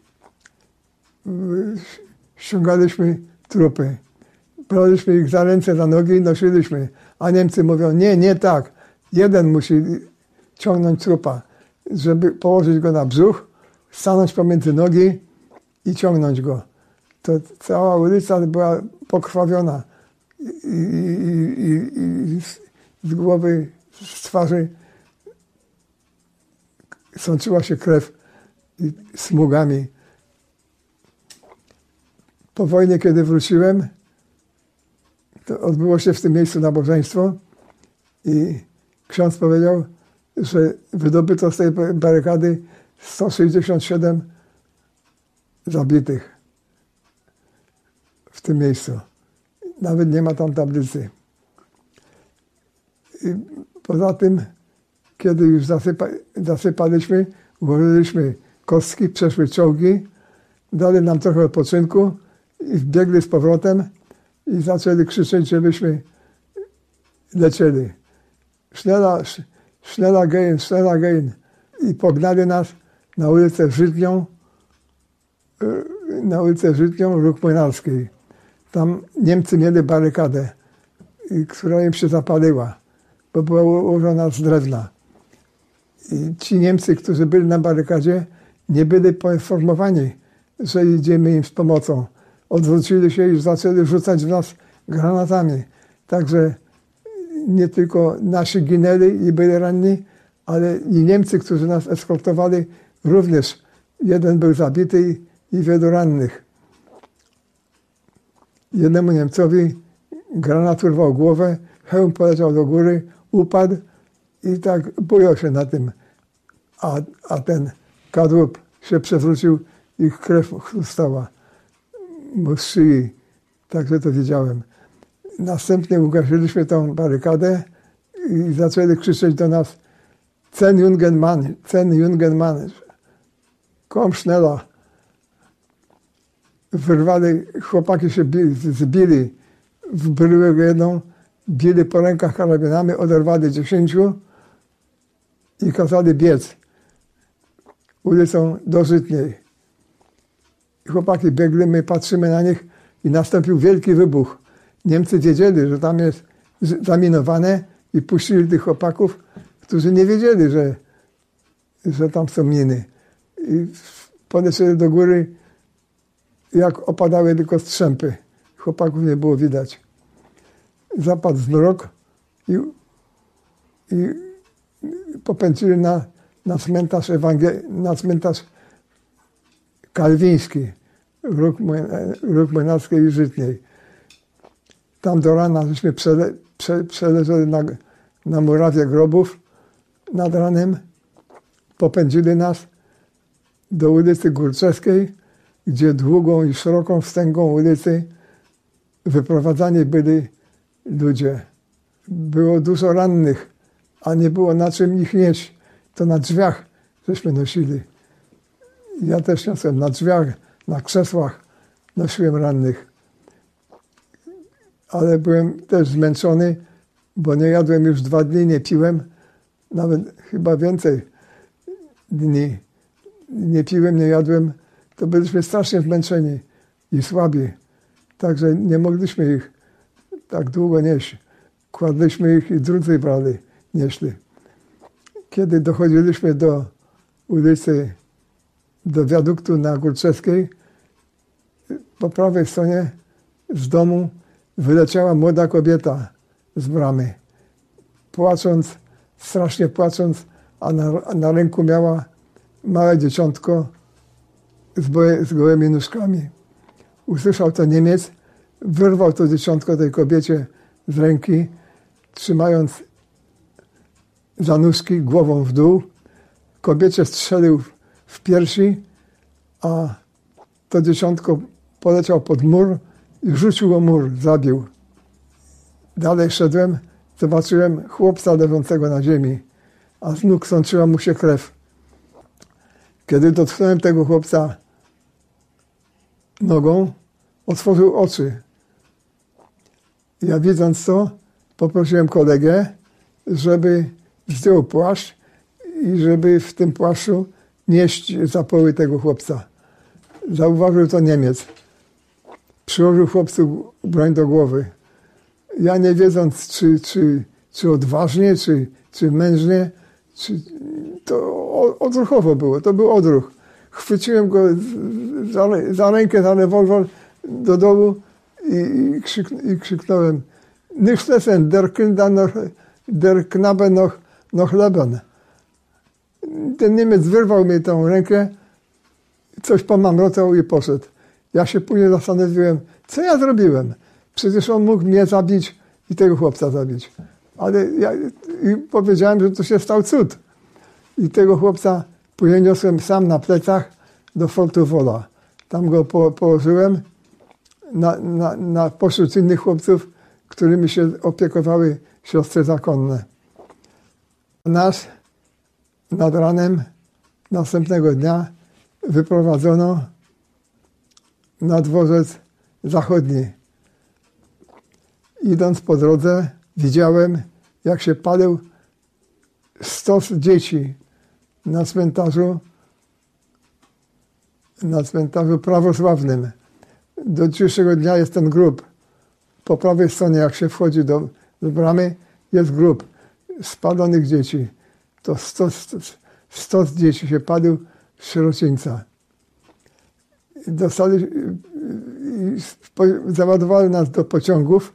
ściągaliśmy trupy. Braliśmy ich za ręce, za nogi i nosiliśmy. A Niemcy mówią, nie tak. Jeden musi ciągnąć trupa, żeby położyć go na brzuch, stanąć pomiędzy nogi i ciągnąć go. To cała ulica była pokrwawiona i z głowy, z twarzy sączyła się krew i smugami. Po wojnie, kiedy wróciłem, to odbyło się w tym miejscu nabożeństwo i ksiądz powiedział, że wydobyto z tej barykady 167 zabitych w tym miejscu. Nawet nie ma tam tablicy. I poza tym, kiedy już zasypaliśmy, ułożyliśmy kostki, przeszły czołgi, dali nam trochę odpoczynku i wbiegli z powrotem i zaczęli krzyczeć, żebyśmy lecieli. Schneller gehen, schneller gehen. I pognali nas na ulicę Żytnią, Róg Młynarskiej. Tam Niemcy mieli barykadę, która im się zapaliła, bo była ułożona z drewna. I ci Niemcy, którzy byli na barykadzie, nie byli poinformowani, że idziemy im z pomocą. Odwrócili się i zaczęli rzucać w nas granatami. Także nie tylko nasi ginęli i byli ranni, ale i Niemcy, którzy nas eskortowali, również jeden był zabity i wielu rannych. Jednemu Niemcowi granat urwał głowę, hełm poleciał do góry, upadł i tak bujał się na tym. A ten kadłub się przewrócił i krew chrustała mu z szyi. Także to widziałem. Następnie ugasiliśmy tą barykadę i zaczęli krzyczeć do nas: Zehn Jungen Mann, Zehn Jungen Mann, komm schneller. Wyrwali, chłopaki się zbili w bryłę jedną, bili po rękach karabinami, oderwali 10 i kazali biec ulicą do Żytniej. Chłopaki biegli, my patrzymy na nich i nastąpił wielki wybuch. Niemcy wiedzieli, że tam jest zaminowane i puścili tych chłopaków, którzy nie wiedzieli, że tam są miny. I podeszli do góry, jak opadały tylko strzępy. Chłopaków nie było widać. Zapadł zmrok i popędzili na cmentarz kalwiński, Róg Młynarskiej i Żytniej. Tam do rana żeśmy przeleżeli na murawie grobów nad ranem. Popędzili nas do ulicy Górczewskiej, gdzie długą i szeroką wstęgą ulicy wyprowadzani byli ludzie. Było dużo rannych, a nie było na czym ich nieść. To na drzwiach żeśmy nosili. Ja też niosłem na drzwiach, na krzesłach nosiłem rannych. Ale byłem też zmęczony, bo nie jadłem już 2 dni, nie piłem, nawet chyba więcej dni. Nie piłem, nie jadłem, to byliśmy strasznie zmęczeni i słabi. Także nie mogliśmy ich tak długo nieść. Kładliśmy ich i drudzy brali, nieśli. Kiedy dochodziliśmy do ulicy, do wiaduktu na Górczewskiej, po prawej stronie z domu wyleciała młoda kobieta z bramy. Płacząc, strasznie płacząc, a na ręku miała małe dzieciątko z gołymi nóżkami. Usłyszał to Niemiec, wyrwał to dzieciątko tej kobiecie z ręki, trzymając za nóżki, głową w dół. Kobiecie strzelił w piersi, a to dzieciątko poleciał pod mur i rzucił o mur, zabił. Dalej szedłem, zobaczyłem chłopca leżącego na ziemi, a z nóg sączyła mu się krew. Kiedy dotknąłem tego chłopca nogą, otworzył oczy. Ja widząc to, poprosiłem kolegę, żeby zdjął płaszcz i żeby w tym płaszczu nieść zapoły tego chłopca. Zauważył to Niemiec. Przyłożył chłopcu broń do głowy. Ja nie wiedząc, czy odważnie, czy mężnie, to odruchowo było, to był odruch. Chwyciłem go za rękę, za rewolwer do dołu i krzyknąłem: Nicht essen, der Knabe noch leben. Ten Niemiec wyrwał mi tą rękę, coś pomamrotał i poszedł. Ja się później zastanowiłem, co ja zrobiłem. Przecież on mógł mnie zabić i tego chłopca zabić. Ale ja powiedziałem, że to się stał cud. I tego chłopca później niosłem sam na plecach do Fortu Wola. Tam go położyłem pośród innych chłopców, którymi się opiekowały siostry zakonne. Nas nad ranem następnego dnia wyprowadzono na dworzec zachodni. Idąc po drodze, widziałem, jak się palił stos dzieci na cmentarzu prawosławnym. Do dzisiejszego dnia jest ten grób. Po prawej stronie, jak się wchodzi do bramy, jest grób spalonych dzieci. To stos dzieci się palił z sierocińca. Załadowali nas do pociągów,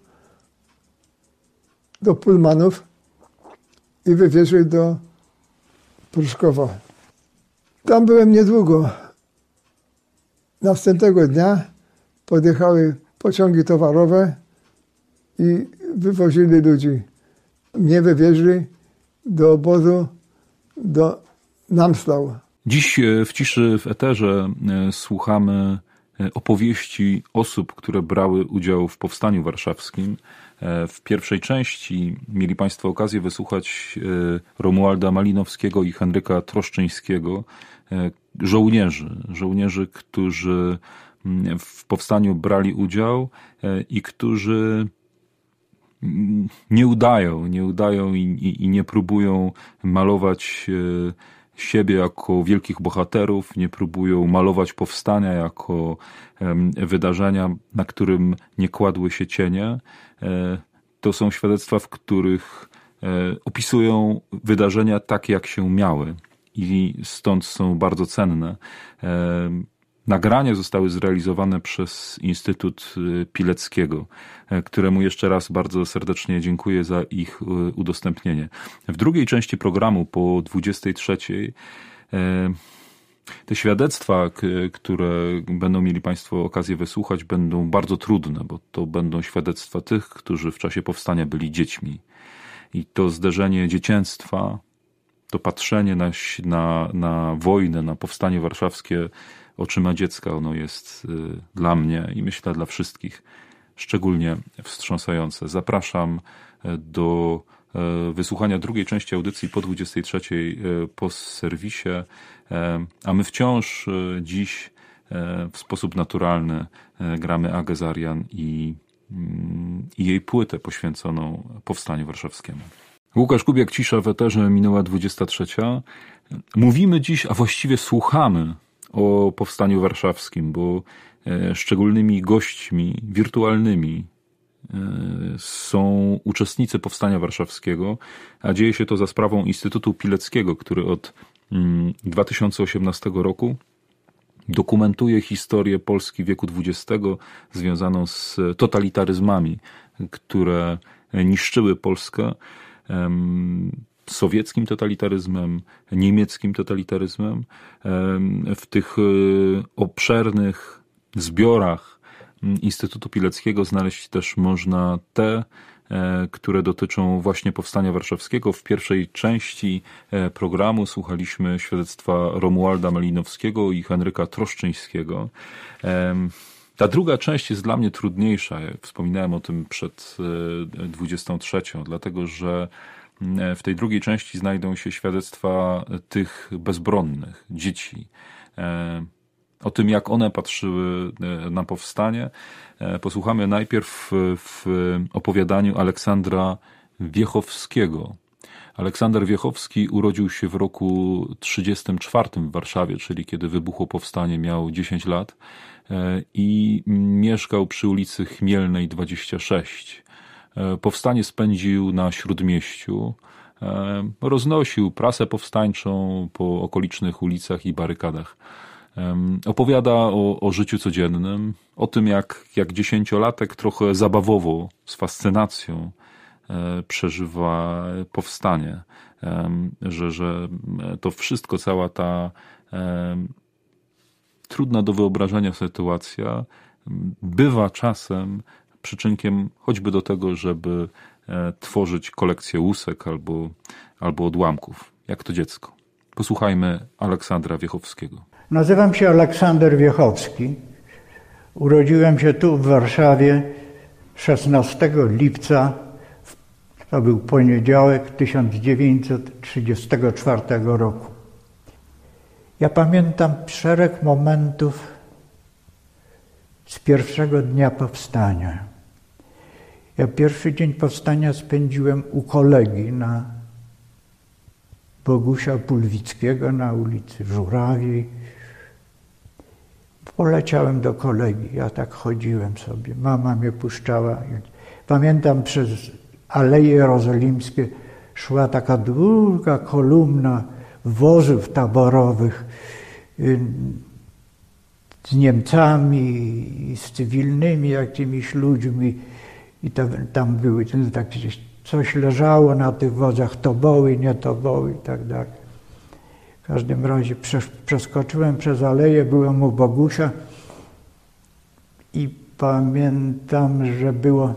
do pullmanów i wywieźli do Pruszkowa. Tam byłem niedługo. Następnego dnia podjechały pociągi towarowe i wywozili ludzi. Mnie wywieźli do obozu, do Namslau. Dziś w Ciszy w Eterze słuchamy opowieści osób, które brały udział w Powstaniu Warszawskim. W pierwszej części mieli Państwo okazję wysłuchać Romualda Malinowskiego i Henryka Troszczyńskiego, żołnierzy, którzy w powstaniu brali udział i którzy nie udają i nie próbują malować siebie jako wielkich bohaterów, nie próbują malować powstania jako wydarzenia, na którym nie kładły się cienie. To są świadectwa, w których opisują wydarzenia tak, jak się miały i stąd są bardzo cenne. Nagrania zostały zrealizowane przez Instytut Pileckiego, któremu jeszcze raz bardzo serdecznie dziękuję za ich udostępnienie. W drugiej części programu po 23:00 te świadectwa, które będą mieli Państwo okazję wysłuchać, będą bardzo trudne, bo to będą świadectwa tych, którzy w czasie powstania byli dziećmi. I to zderzenie dzieciństwa, to patrzenie na wojnę, na powstanie warszawskie oczyma dziecka, ono jest dla mnie i myślę dla wszystkich szczególnie wstrząsające. Zapraszam do wysłuchania drugiej części audycji po 23:00 po serwisie, a my wciąż dziś w sposób naturalny gramy Agę Zarian i jej płytę poświęconą Powstaniu Warszawskiemu. Łukasz Kubiak, Cisza w Eterze, minęła 23:00. Mówimy dziś, a właściwie słuchamy o Powstaniu Warszawskim, bo szczególnymi gośćmi wirtualnymi są uczestnicy Powstania Warszawskiego, a dzieje się to za sprawą Instytutu Pileckiego, który od 2018 roku dokumentuje historię Polski wieku XX związaną z totalitaryzmami, które niszczyły Polskę, sowieckim totalitaryzmem, niemieckim totalitaryzmem. W tych obszernych zbiorach Instytutu Pileckiego znaleźć też można te, które dotyczą właśnie Powstania Warszawskiego. W pierwszej części programu słuchaliśmy świadectwa Romualda Malinowskiego i Henryka Troszczyńskiego. Ta druga część jest dla mnie trudniejsza. Wspominałem o tym przed 23:00, dlatego że w tej drugiej części znajdą się świadectwa tych bezbronnych dzieci, O tym, jak one patrzyły na powstanie, posłuchamy najpierw w opowiadaniu Aleksandra Wiechowskiego. Aleksander Wiechowski urodził się w roku 1934 w Warszawie, czyli kiedy wybuchło powstanie, miał 10 lat i mieszkał przy ulicy Chmielnej 26. Powstanie spędził na Śródmieściu. Roznosił prasę powstańczą po okolicznych ulicach i barykadach. Opowiada o życiu codziennym, o tym jak 10-latek trochę zabawowo, z fascynacją przeżywa powstanie, że to wszystko, cała ta trudna do wyobrażenia sytuacja bywa czasem przyczynkiem choćby do tego, żeby tworzyć kolekcję łusek albo odłamków, jak to dziecko. Posłuchajmy Aleksandra Wiechowskiego. Nazywam się Aleksander Wiechowski. Urodziłem się tu w Warszawie 16 lipca, to był poniedziałek 1934 roku. Ja pamiętam szereg momentów z pierwszego dnia powstania. Ja pierwszy dzień powstania spędziłem u kolegi na Bogusia Pulwickiego na ulicy Żurawiej. Poleciałem do kolegi, ja tak chodziłem sobie, mama mnie puszczała. Pamiętam, przez Aleje Jerozolimskie szła taka długa kolumna wozów taborowych z Niemcami, z cywilnymi jakimiś ludźmi i tam były tak gdzieś coś leżało na tych wozach, toboły, nie toboły i tak dalej. W każdym razie przeskoczyłem przez aleję, byłem u Bogusia i pamiętam, że było...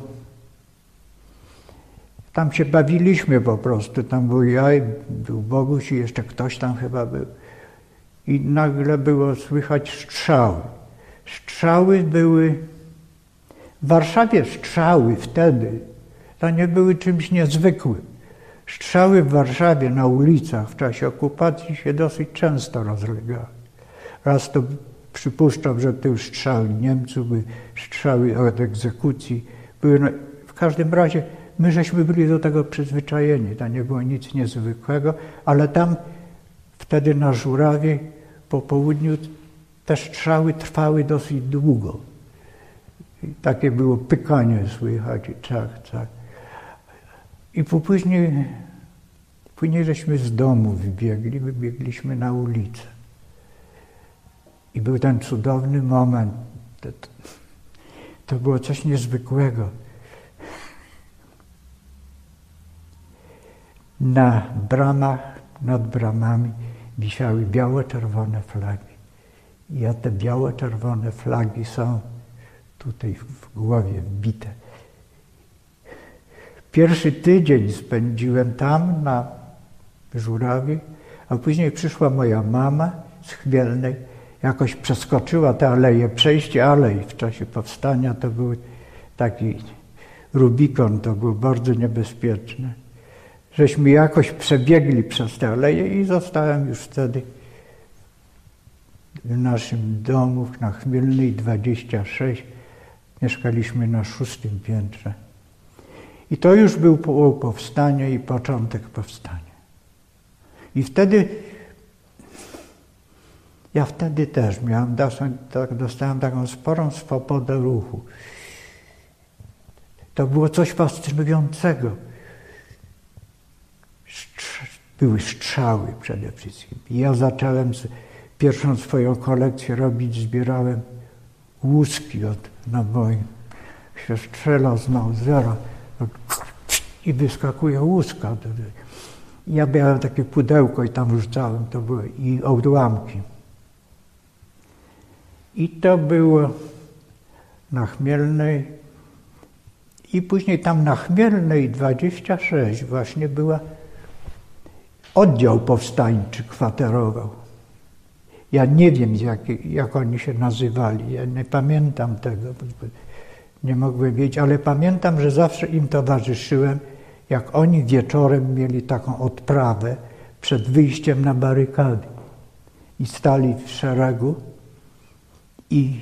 Tam się bawiliśmy po prostu, tam był ja, był Boguś i jeszcze ktoś tam chyba był. I nagle było słychać strzały. Strzały były... W Warszawie strzały wtedy to nie były czymś niezwykłym. Strzały w Warszawie na ulicach w czasie okupacji się dosyć często rozlegały. Raz to przypuszczam, że to już strzały Niemców, były strzały od egzekucji. W każdym razie my żeśmy byli do tego przyzwyczajeni, to nie było nic niezwykłego, ale tam wtedy na Żurawie po południu te strzały trwały dosyć długo. I takie było pykanie słychać i tak. I później żeśmy z domu wybiegliśmy na ulicę. I był ten cudowny moment. To było coś niezwykłego. Na bramach, nad bramami wisiały biało-czerwone flagi. I te biało-czerwone flagi są tutaj w głowie wbite. Pierwszy tydzień spędziłem tam na Żurawie, a później przyszła moja mama z Chmielnej, jakoś przeskoczyła te aleje, przejście alej w czasie powstania to był taki Rubikon, to było bardzo niebezpieczne. Żeśmy jakoś przebiegli przez te aleje i zostałem już wtedy w naszym domu na Chmielnej 26. Mieszkaliśmy na 6. piętrze. I to już był powstanie i początek powstania. I ja wtedy też dostałem taką sporą swobodę ruchu. To było coś fascynującego. Były strzały przede wszystkim. I ja zacząłem pierwszą swoją kolekcję robić, zbierałem łuski od naboi. Się strzela z Mausera i wyskakuje łuska. Ja miałem takie pudełko i tam wrzucałem, to były i odłamki. I to było na Chmielnej. I później tam na Chmielnej 26 właśnie była oddział powstańczy kwaterował. Ja nie wiem, jak oni się nazywali, ja nie pamiętam tego, nie mogłem wiedzieć, ale pamiętam, że zawsze im towarzyszyłem, jak oni wieczorem mieli taką odprawę przed wyjściem na barykady i stali w szeregu i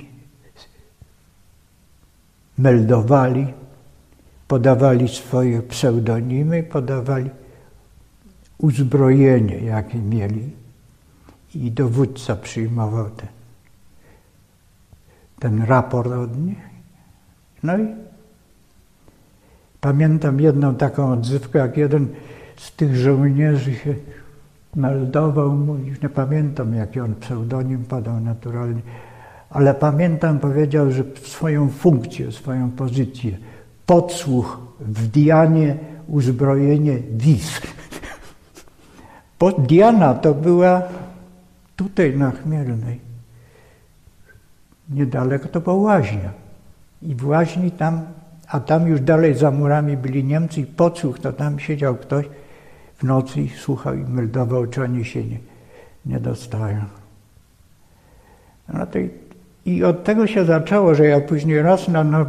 meldowali, podawali swoje pseudonimy, podawali uzbrojenie, jakie mieli i dowódca przyjmował ten raport od nich. No i pamiętam jedną taką odzywkę, jak jeden z tych żołnierzy się meldował, mówił, nie pamiętam jaki on pseudonim podał naturalnie, ale pamiętam, powiedział, że swoją funkcję, swoją pozycję, podsłuch w Dianie, uzbrojenie WIS. Diana to była tutaj na Chmielnej. Niedaleko to była Łaźnia. I w Łaźni tam, a tam już dalej za murami byli Niemcy i podsłuch, to tam siedział ktoś w nocy i słuchał i meldował, czy oni się nie dostają. No to i od tego się zaczęło, że ja później raz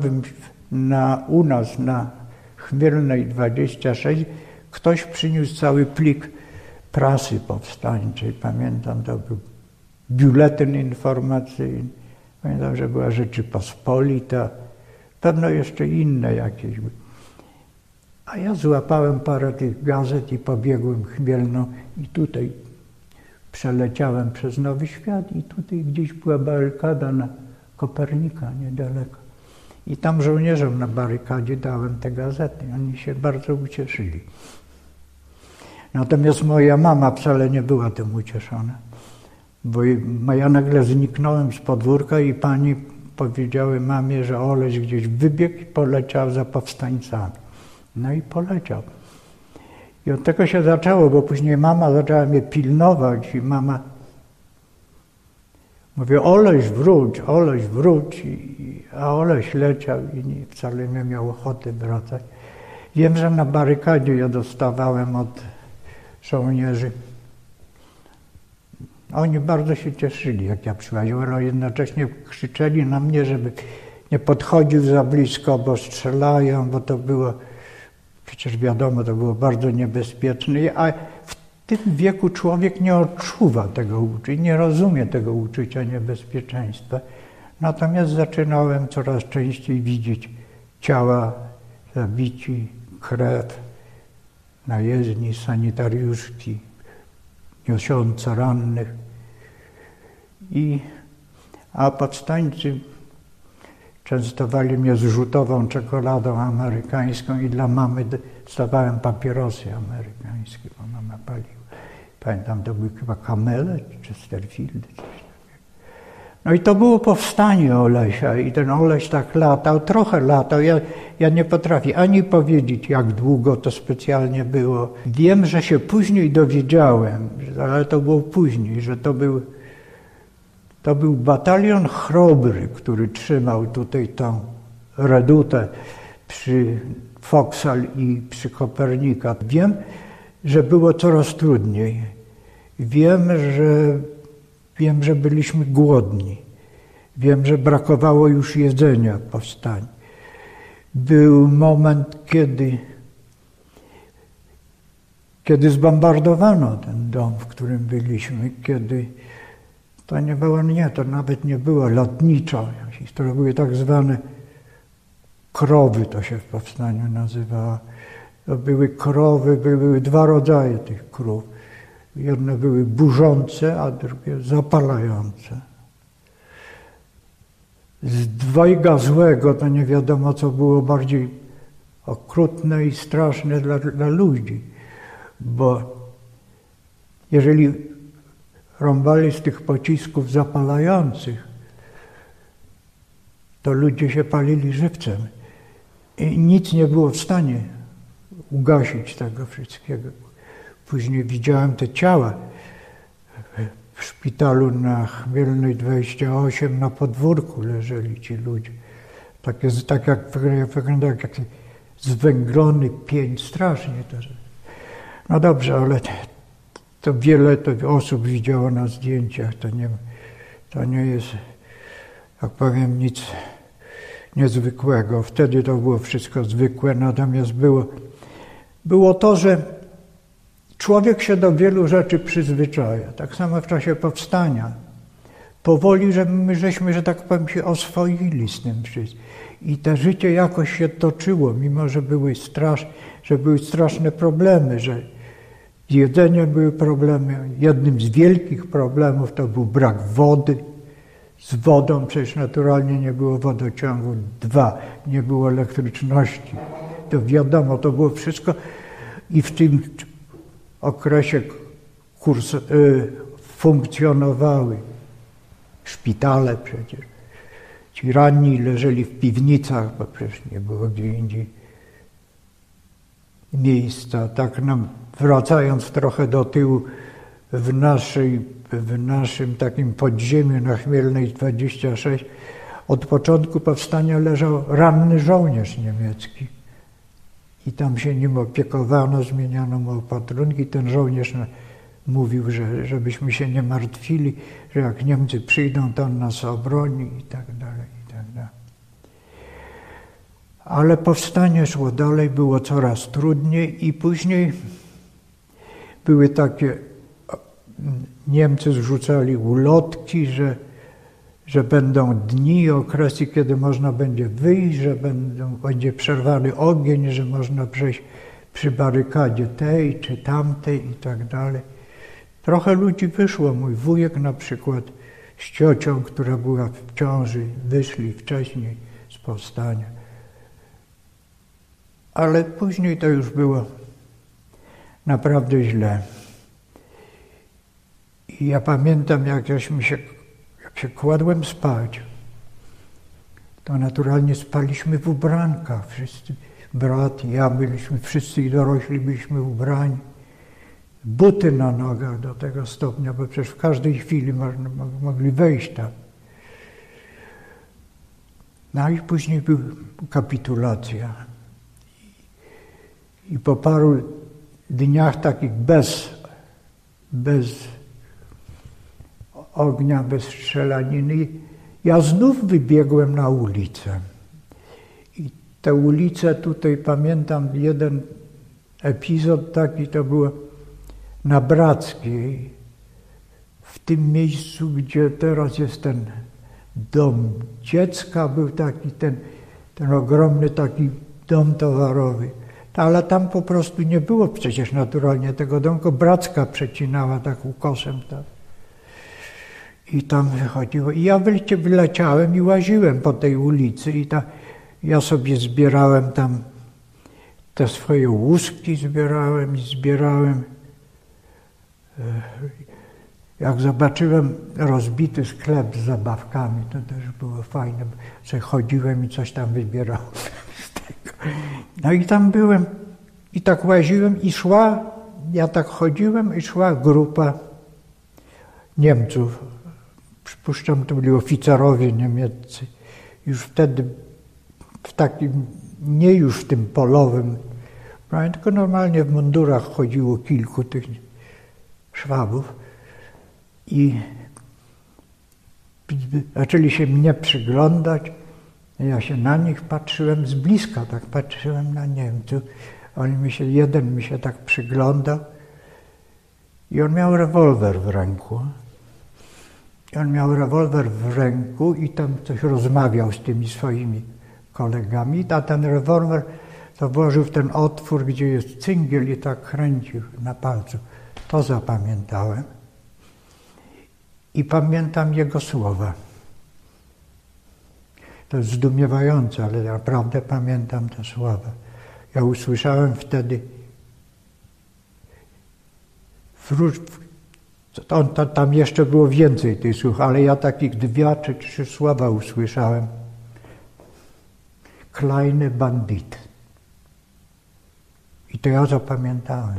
u nas na Chmielnej 26 ktoś przyniósł cały plik prasy powstańczej. Pamiętam, to był biuletyn informacyjny. Pamiętam, że była Rzeczypospolita, pewno jeszcze inne jakieś. A ja złapałem parę tych gazet i pobiegłem Chmielną i tutaj przeleciałem przez Nowy Świat i tutaj gdzieś była barykada na Kopernika niedaleko. I tam żołnierzom na barykadzie dałem te gazety. Oni się bardzo ucieszyli. Natomiast moja mama wcale nie była tym ucieszona. Bo ja nagle zniknąłem z podwórka i pani powiedziały mamie, że Oleś gdzieś wybiegł i poleciał za powstańcami. No i poleciał. I od tego się zaczęło, bo później mama zaczęła mnie pilnować i mama mówi, Oleś wróć, a Oleś leciał i wcale nie miał ochoty wracać. Wiem, że na barykadzie ja dostawałem od żołnierzy. Oni bardzo się cieszyli, jak ja przychodziłem, ale jednocześnie krzyczeli na mnie, żeby nie podchodził za blisko, bo strzelają, bo to było, przecież wiadomo, to było bardzo niebezpieczne. A w tym wieku człowiek nie odczuwa tego uczucia, nie rozumie tego uczucia niebezpieczeństwa. Natomiast zaczynałem coraz częściej widzieć ciała, zabici, krew, na jezdni, sanitariuszki, niosące rannych. A powstańcy częstowali mnie zrzutową czekoladą amerykańską i dla mamy dostawałem papierosy amerykańskie, bo mama paliła. Pamiętam, to były chyba Camele czy Chesterfieldy, coś takiego. No i to było powstanie Olesia i ten Oleś tak latał, trochę latał. Ja nie potrafię ani powiedzieć, jak długo to specjalnie było. Wiem, że się później dowiedziałem, ale to było później, że to był batalion Chrobry, który trzymał tutaj tą redutę przy Foksal i przy Kopernika. Wiem, że było coraz trudniej. Wiem, że byliśmy głodni. Wiem, że brakowało już jedzenia w powstaniu. Był moment, kiedy zbombardowano ten dom, w którym byliśmy, kiedy to nawet nie było lotniczo, to były tak zwane krowy, to się w powstaniu nazywało. To były krowy, były dwa rodzaje tych krów. Jedne były burzące, a drugie zapalające. Z dwojga złego to nie wiadomo, co było bardziej okrutne i straszne dla ludzi. Bo jeżeli rąbali z tych pocisków zapalających, to ludzie się palili żywcem. I nic nie było w stanie ugasić tego wszystkiego. Później widziałem te ciała w szpitalu na Chmielnej 28, na podwórku leżeli ci ludzie. Tak jak wyglądał jak zwęglony pień, strasznie to. No dobrze, ale to wiele osób widziało na zdjęciach, to nie jest, jak powiem, nic niezwykłego. Wtedy to było wszystko zwykłe, natomiast było to, że człowiek się do wielu rzeczy przyzwyczaja. Tak samo w czasie powstania. powoli, żeśmy, że tak powiem, się oswoili z tym wszystkim. I to życie jakoś się toczyło, mimo że były straszne problemy, że z jedzeniem były problemy. Jednym z wielkich problemów to był brak wody. Z wodą przecież naturalnie nie było wodociągu. 2, nie było elektryczności. To wiadomo, to było wszystko. I w tym okresie funkcjonowały szpitale przecież. Ci ranni leżeli w piwnicach, bo przecież nie było gdzie indziej miejsca. Tak nam, wracając trochę do tyłu, w naszym takim podziemiu na Chmielnej 26 od początku powstania leżał ranny żołnierz niemiecki. I tam się nim opiekowano, zmieniano mu opatrunki. Ten żołnierz mówił, żebyśmy się nie martwili, że jak Niemcy przyjdą, to on nas obroni i tak dalej, i tak dalej. Ale powstanie szło dalej, było coraz trudniej i później były takie, Niemcy zrzucali ulotki, że będą dni, okresy, kiedy można będzie wyjść, że będzie przerwany ogień, że można przejść przy barykadzie tej czy tamtej i tak dalej. Trochę ludzi wyszło. Mój wujek na przykład z ciocią, która była w ciąży, wyszli wcześniej z powstania. Ale później to już było naprawdę źle. I ja pamiętam, jak się kładłem spać, to naturalnie spaliśmy w ubrankach. Wszyscy, brat i ja byliśmy, wszyscy dorośli byliśmy ubrani. Buty na nogach do tego stopnia, bo przecież w każdej chwili mogli wejść tam. No i później była kapitulacja. I po paru dniach takich bez ognia, bez strzelaniny, ja znów wybiegłem na ulicę. I tę ulicę tutaj pamiętam, jeden epizod taki, to było na Brackiej, w tym miejscu, gdzie teraz jest ten dom dziecka, był taki ten ogromny taki dom towarowy. Ale tam po prostu nie było przecież naturalnie tego domku. Bracka przecinała tak ukosem. Tak. I tam wychodziło. I ja wyleciałem i łaziłem po tej ulicy. I ja sobie zbierałem tam te swoje łuski, zbierałem. Jak zobaczyłem rozbity sklep z zabawkami, to też było fajne. Że chodziłem i coś tam wybierałem z tego. No i tam byłem i tak łaziłem i ja tak chodziłem i szła grupa Niemców. Przypuszczam, to byli oficerowie niemieccy. Już wtedy w takim, nie już w tym polowym, tylko normalnie w mundurach chodziło kilku tych Szwabów i zaczęli się mnie przyglądać. Ja się na nich patrzyłem z bliska, tak patrzyłem na Niemców. Jeden mi się tak przyglądał i on miał rewolwer w ręku. I tam coś rozmawiał z tymi swoimi kolegami. A ten rewolwer to włożył w ten otwór, gdzie jest cyngiel i tak kręcił na palcu. To zapamiętałem. I pamiętam jego słowa. To jest zdumiewające, ale naprawdę pamiętam te słowa. Ja usłyszałem wtedy, tam jeszcze było więcej tych słów, ale ja takich 2 czy 3 słowa usłyszałem. Kleine Bandit. I to ja zapamiętałem.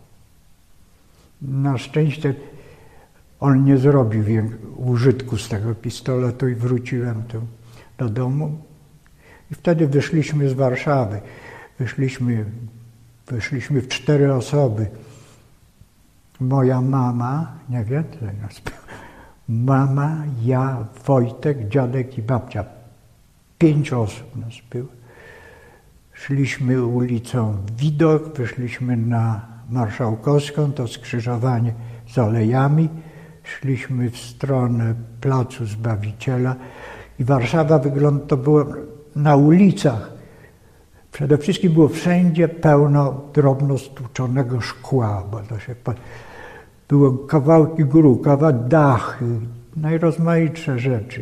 Na szczęście on nie zrobił użytku z tego pistoletu i wróciłem tu do domu. I wtedy wyszliśmy z Warszawy. Wyszliśmy w 4 osoby. Moja mama, nie wiem, mama, ja, Wojtek, dziadek i babcia. 5 osób nas było. Szliśmy ulicą Widok, wyszliśmy na Marszałkowską, to skrzyżowanie z Alejami. szliśmy w stronę Placu Zbawiciela i Warszawa to było na ulicach. Przede wszystkim było wszędzie pełno drobno stłuczonego szkła, bo to się było kawałki gór, dachy, najrozmaitsze rzeczy.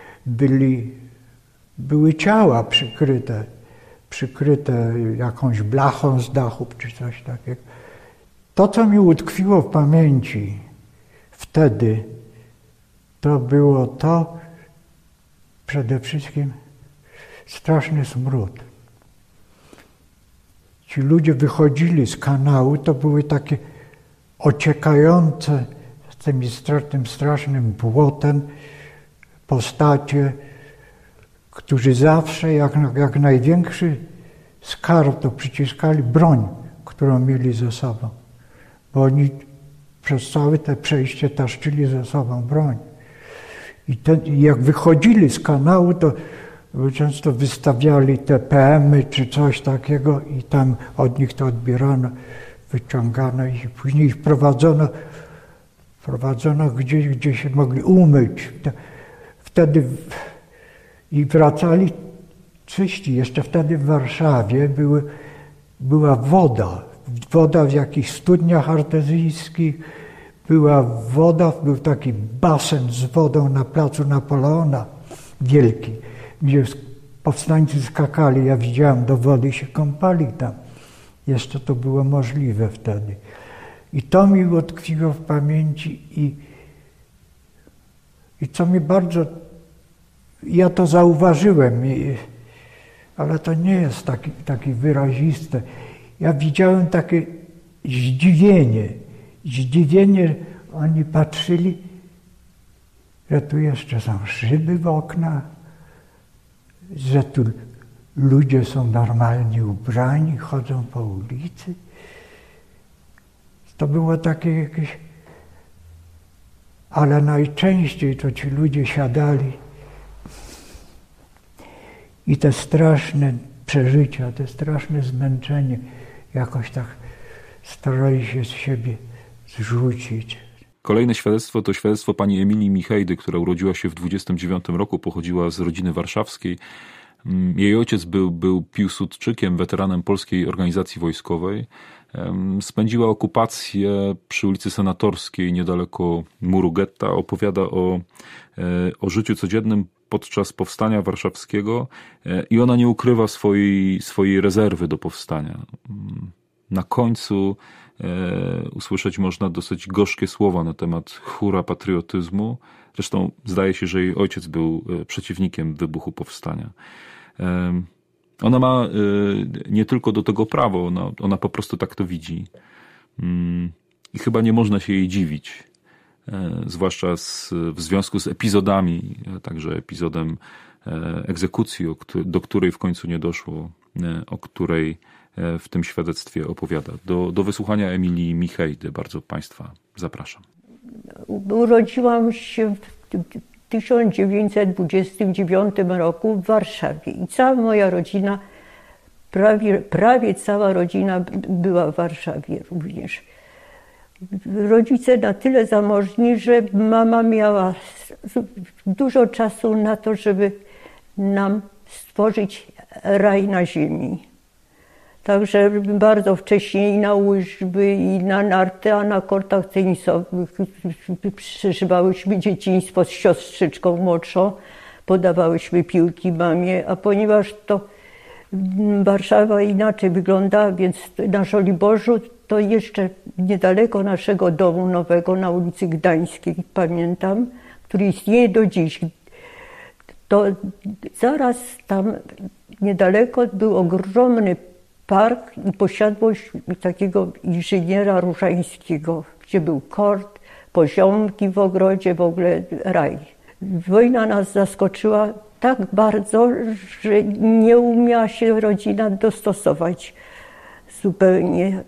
Były ciała przykryte jakąś blachą z dachu czy coś takiego. To, co mi utkwiło w pamięci wtedy, to było to przede wszystkim straszny smród. Ci ludzie wychodzili z kanału, to były takie ociekające tym strasznym błotem postacie, którzy zawsze jak największy skarb to przyciskali broń, którą mieli ze sobą. Bo oni przez całe te przejście taszczyli ze sobą broń. I jak wychodzili z kanału, to często wystawiali te PM-y czy coś takiego i tam od nich to odbierano, wyciągano i później ich prowadzono gdzie się mogli umyć. Wtedy i wracali czyści. Jeszcze wtedy w Warszawie była woda w jakichś studniach artezyjskich, był taki basen z wodą na placu Napoleona wielki, gdzie powstańcy skakali, ja widziałem do wody i się kąpali tam. Jeszcze to było możliwe wtedy. I to mi utkwiło w pamięci i co mi bardzo, ja to zauważyłem, ale to nie jest taki wyraziste. Ja widziałem takie zdziwienie, oni patrzyli, że tu jeszcze są szyby w oknach, że tu ludzie są normalnie ubrani, chodzą po ulicy. To było takie jakieś, ale najczęściej to ci ludzie siadali i te straszne przeżycia, te straszne zmęczenie jakoś tak starali się z siebie zrzucić. Kolejne świadectwo to świadectwo pani Emilii Michejdy, która urodziła się w 29 roku, pochodziła z rodziny warszawskiej. Jej ojciec był piłsudczykiem, weteranem Polskiej Organizacji Wojskowej. Spędziła okupację przy ulicy Senatorskiej, niedaleko muru getta. Opowiada o życiu codziennym podczas powstania warszawskiego i ona nie ukrywa swojej rezerwy do powstania. Na końcu usłyszeć można dosyć gorzkie słowa na temat hura patriotyzmu. Zresztą zdaje się, że jej ojciec był przeciwnikiem wybuchu powstania. Ona ma nie tylko do tego prawo, ona po prostu tak to widzi. I chyba nie można się jej dziwić. Zwłaszcza w związku z epizodami, także epizodem egzekucji, do której w końcu nie doszło, o której w tym świadectwie opowiada. Do wysłuchania Emilii Michejdy bardzo Państwa zapraszam. Urodziłam się w 1929 roku w Warszawie i cała moja rodzina, prawie cała rodzina była w Warszawie również. Rodzice na tyle zamożni, że mama miała dużo czasu na to, żeby nam stworzyć raj na ziemi. Także bardzo wcześnie i na łyżwy, i na narty, a na kortach tenisowych przeżywałyśmy dzieciństwo z siostrzyczką młodszą, podawałyśmy piłki mamie, a ponieważ to Warszawa inaczej wygląda, więc na Żoliborzu to jeszcze niedaleko naszego domu nowego na ulicy Gdańskiej, pamiętam, który istnieje do dziś. To zaraz tam niedaleko był ogromny park i posiadłość takiego inżyniera Różańskiego, gdzie był kort, poziomki w ogrodzie, w ogóle raj. Wojna nas zaskoczyła tak bardzo, że nie umiała się rodzina dostosować zupełnie.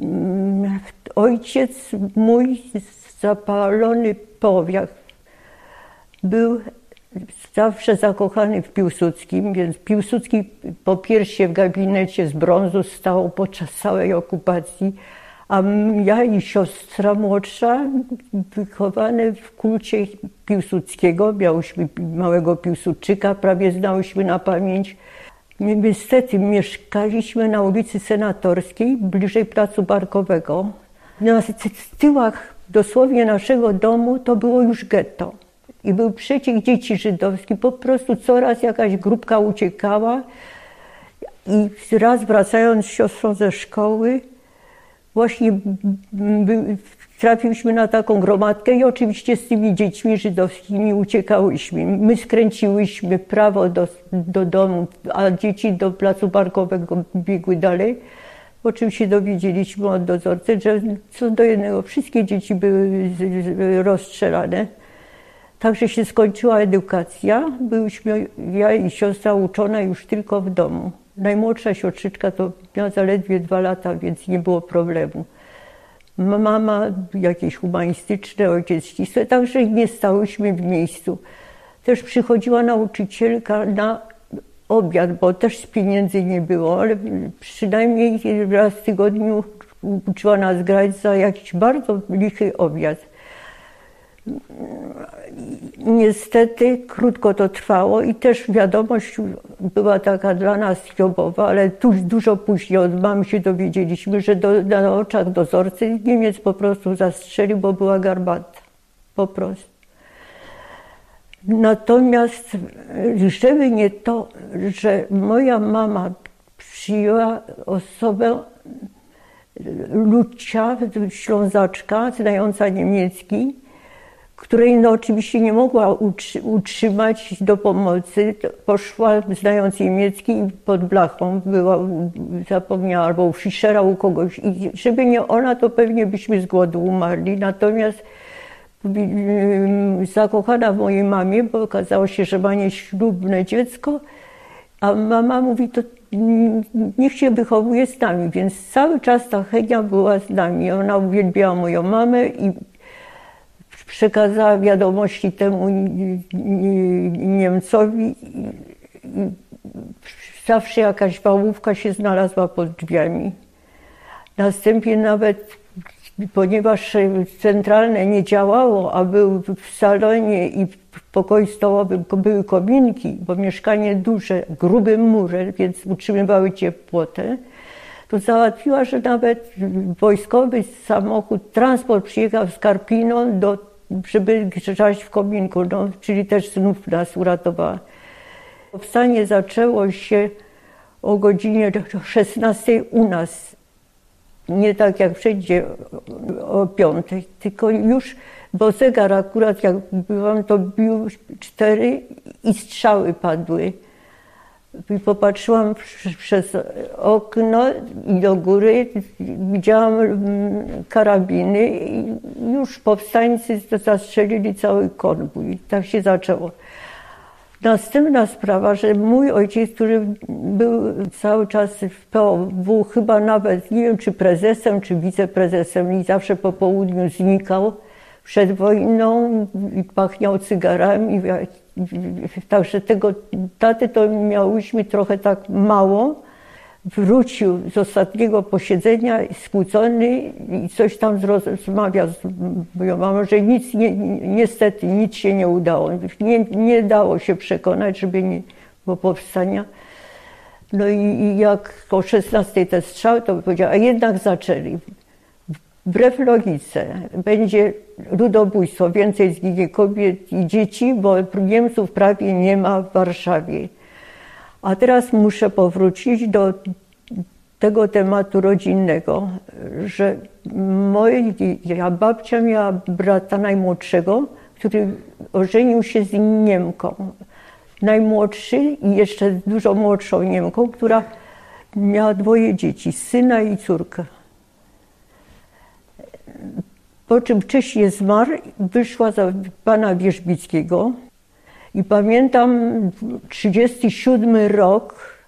Ojciec mój, zapalony powiat, był zawsze zakochany w Piłsudskim, więc Piłsudski po piersie w gabinecie z brązu stał podczas całej okupacji, A ja i siostra młodsza, wychowane w kulcie Piłsudskiego, miałyśmy małego Piłsudczyka, prawie znałyśmy na pamięć. Niestety mieszkaliśmy na ulicy Senatorskiej, bliżej Placu Barkowego. Na tyłach dosłownie naszego domu to było już getto. I był przeciek dzieci żydowskich. Po prostu coraz jakaś grupka uciekała. I raz wracając z siostrą ze szkoły, właśnie trafiliśmy na taką gromadkę i oczywiście z tymi dziećmi żydowskimi uciekałyśmy. My skręciłyśmy prawo do domu, a dzieci do Placu Barkowego biegły dalej. O czym się dowiedzieliśmy od dozorcy, że co do jednego wszystkie dzieci były rozstrzelane. Także się skończyła edukacja. Byłyśmy ja i siostra uczone już tylko w domu. Najmłodsza siostrzyczka to miała zaledwie 2 lata, więc nie było problemu. Mama jakieś humanistyczne, ojciec ścisłe, także nie stałyśmy w miejscu. Też przychodziła nauczycielka na obiad, bo też z pieniędzy nie było, ale przynajmniej raz w tygodniu uczyła nas grać za jakiś bardzo lichy obiad. Niestety krótko to trwało i też wiadomość była taka dla nas jobowa, ale dużo później od mamy się dowiedzieliśmy, że na oczach dozorcy Niemiec po prostu zastrzelił, bo była garmata. Po prostu. Natomiast żeby nie to, że moja mama przyjęła osobę Lucia, Ślązaczka, znająca niemiecki, której no oczywiście nie mogła utrzymać do pomocy. Poszła, znając niemiecki, pod blachą była, zapomniała, albo u Fischera, u kogoś. I żeby nie ona, to pewnie byśmy z głodu umarli. Natomiast zakochana w mojej mamie, bo okazało się, że ma nieślubne dziecko, a mama mówi, to niech się wychowuje z nami, więc cały czas ta Henia była z nami. Ona uwielbiała moją mamę i przekazała wiadomości temu Niemcowi. Zawsze jakaś wałówka się znalazła pod drzwiami. Następnie nawet, ponieważ centralne nie działało, a był w salonie i w pokoju stołowym były kominki, bo mieszkanie duże, grubym murem, więc utrzymywały ciepłotę, to załatwiła, że nawet wojskowy samochód, transport przyjechał z Karpiną, żeby grzać w kominku, no, czyli też znów nas uratowała. Powstanie zaczęło się o godzinie 16 u nas. Nie tak jak wszędzie o 5, tylko już, bo zegar akurat jak byłam, to bił 4 i strzały padły. I popatrzyłam przez okno i do góry, widziałam karabiny i już powstańcy zastrzelili cały konwój. Tak się zaczęło. Następna sprawa, że mój ojciec, który był cały czas w POW, chyba nawet, nie wiem czy prezesem, czy wiceprezesem i zawsze po południu znikał przed wojną i pachniał cygarami. Także tego taty to miałyśmy trochę tak mało. Wrócił z ostatniego posiedzenia skłócony i coś tam rozmawiał z moją mamą, że niestety nic się nie udało. Nie dało się przekonać, żeby nie było powstania. No i jak o 16 te strzały, to powiedział, a jednak zaczęli. Wbrew logice będzie ludobójstwo, więcej zginie kobiet i dzieci, bo Niemców prawie nie ma w Warszawie. A teraz muszę powrócić do tego tematu rodzinnego, że moja babcia miała brata najmłodszego, który ożenił się z Niemką. Najmłodszy i jeszcze dużo młodszą Niemką, która miała 2 dzieci, syna i córkę. Po czym wcześniej zmarł, wyszła za pana Wierzbickiego i pamiętam 37 rok,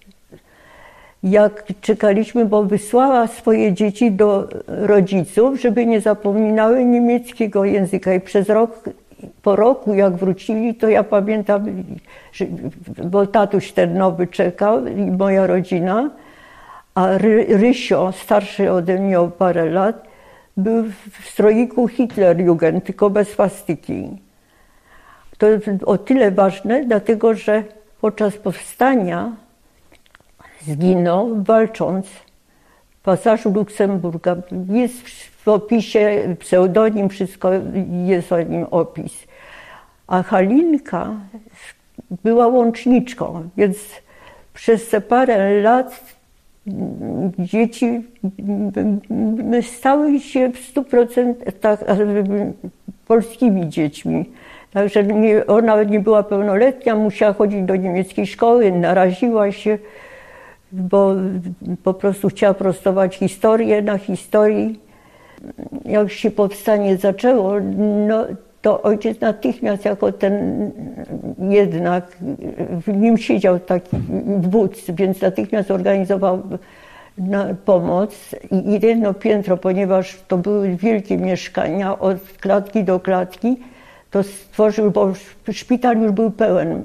jak czekaliśmy, bo wysłała swoje dzieci do rodziców, żeby nie zapominały niemieckiego języka i przez rok, po roku jak wrócili, to ja pamiętam, bo tatuś ten nowy czekał i moja rodzina, A Rysio, starszy ode mnie o parę lat, był w stroiku Hitlerjugend, tylko bez swastyki. To jest o tyle ważne, dlatego że podczas powstania zginął walcząc w Pasażu Luksemburga. Jest w opisie pseudonim, wszystko jest o nim opis. A Halinka była łączniczką, więc przez te parę lat dzieci stały się w 100% polskimi dziećmi. Także ona nie była pełnoletnia, musiała chodzić do niemieckiej szkoły, naraziła się, bo po prostu chciała prostować historię na historii. Jak się powstanie zaczęło, no, to ojciec natychmiast jako ten jednak, w nim siedział taki wódz, więc natychmiast organizował pomoc i jedno piętro, ponieważ to były wielkie mieszkania od klatki do klatki, to stworzył, bo szpital już był pełen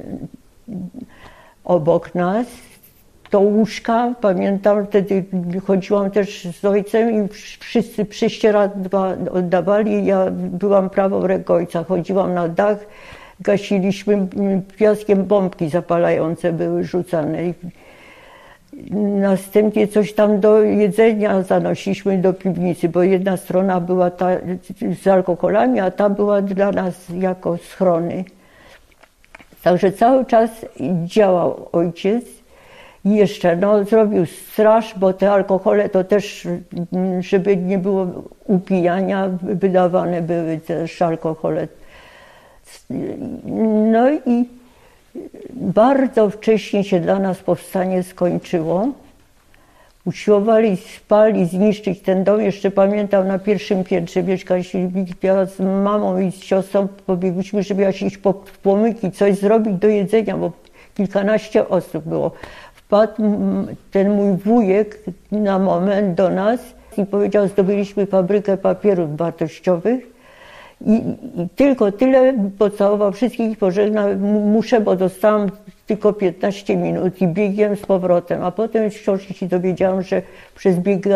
obok nas. To łóżka, pamiętam, wtedy chodziłam też z ojcem i wszyscy prześcieradła oddawali. Ja byłam prawą ręką ojca, chodziłam na dach, gasiliśmy piaskiem, bombki zapalające były rzucane. Następnie coś tam do jedzenia zanosiliśmy do piwnicy, bo jedna strona była ta z alkoholami, a ta była dla nas jako schrony. Także cały czas działał ojciec. I jeszcze zrobił straż, bo te alkohole to też, żeby nie było upijania, wydawane były też alkohole. No i bardzo wcześnie się dla nas powstanie skończyło. Usiłowali spalić, zniszczyć ten dom. Jeszcze pamiętam, na pierwszym piętrze mieszkaliśmy, ja z mamą i z siostrą pobiegłyśmy, żeby jakieś płomyki, coś zrobić do jedzenia, bo kilkanaście osób było. Wpadł ten mój wujek na moment do nas i powiedział, zdobyliśmy fabrykę papierów wartościowych i tylko tyle, pocałował wszystkich, pożegnał, muszę, bo dostałam tylko 15 minut i biegiem z powrotem, a potem w książce się dowiedziałam, że przez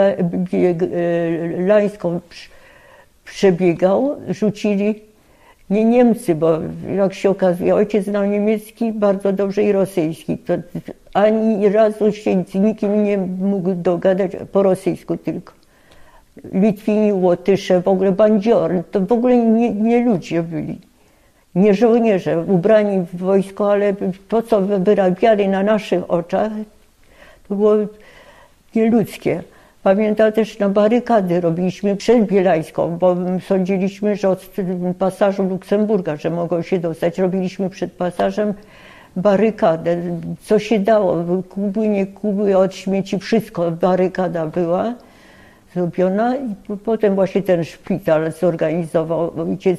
Lańską przebiegał, rzucili nie Niemcy, bo jak się okazuje, ojciec znał niemiecki bardzo dobrze i rosyjski. To ani razu się z nikim nie mógł dogadać po rosyjsku tylko. Litwini, Łotysze, w ogóle bandziory, to w ogóle nie ludzie byli. Nie żołnierze, ubrani w wojsko, ale to, co wyrabiali na naszych oczach, to było nieludzkie. Pamiętam też, na barykady robiliśmy przed Bielańską, bo sądziliśmy, że od Pasażu Luksemburga, że mogą się dostać. Robiliśmy przed pasażem barykadę, co się dało, kuby, nie kuby, od śmieci, wszystko, barykada była zrobiona. I potem właśnie ten szpital zorganizował ojciec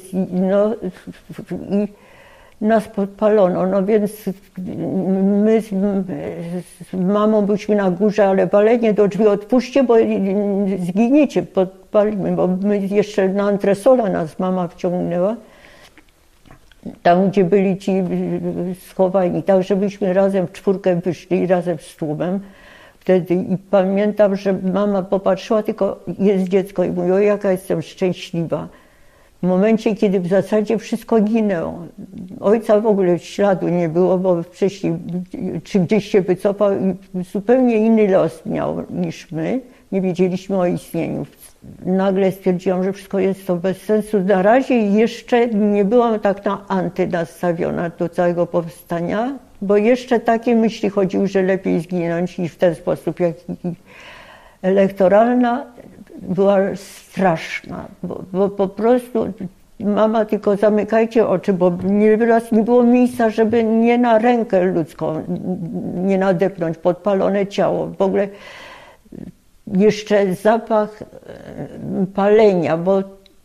i nas podpalono, no więc my z mamą byliśmy na górze, ale walenie do drzwi otwórzcie, bo zginiecie, podpalimy, bo my jeszcze na antresola nas mama wciągnęła, tam gdzie byli ci schowani, tak żebyśmy razem w czwórkę wyszli, razem z tłumem wtedy i pamiętam, że mama popatrzyła, tylko jest dziecko i mówi, o jaka jestem szczęśliwa. W momencie, kiedy w zasadzie wszystko ginęło. Ojca w ogóle śladu nie było, bo wcześniej czy gdzieś się wycofał i zupełnie inny los miał niż my. Nie wiedzieliśmy o istnieniu. Nagle stwierdziłam, że wszystko jest to bez sensu. Na razie jeszcze nie byłam tak na anty nastawiona do całego powstania, bo jeszcze takie myśli chodziły, że lepiej zginąć niż w ten sposób, jak elektoralna była straszna, bo po prostu mama tylko zamykajcie oczy, bo nieraz nie było miejsca, żeby nie na rękę ludzką nie nadepnąć, podpalone ciało. W ogóle jeszcze zapach palenia, bo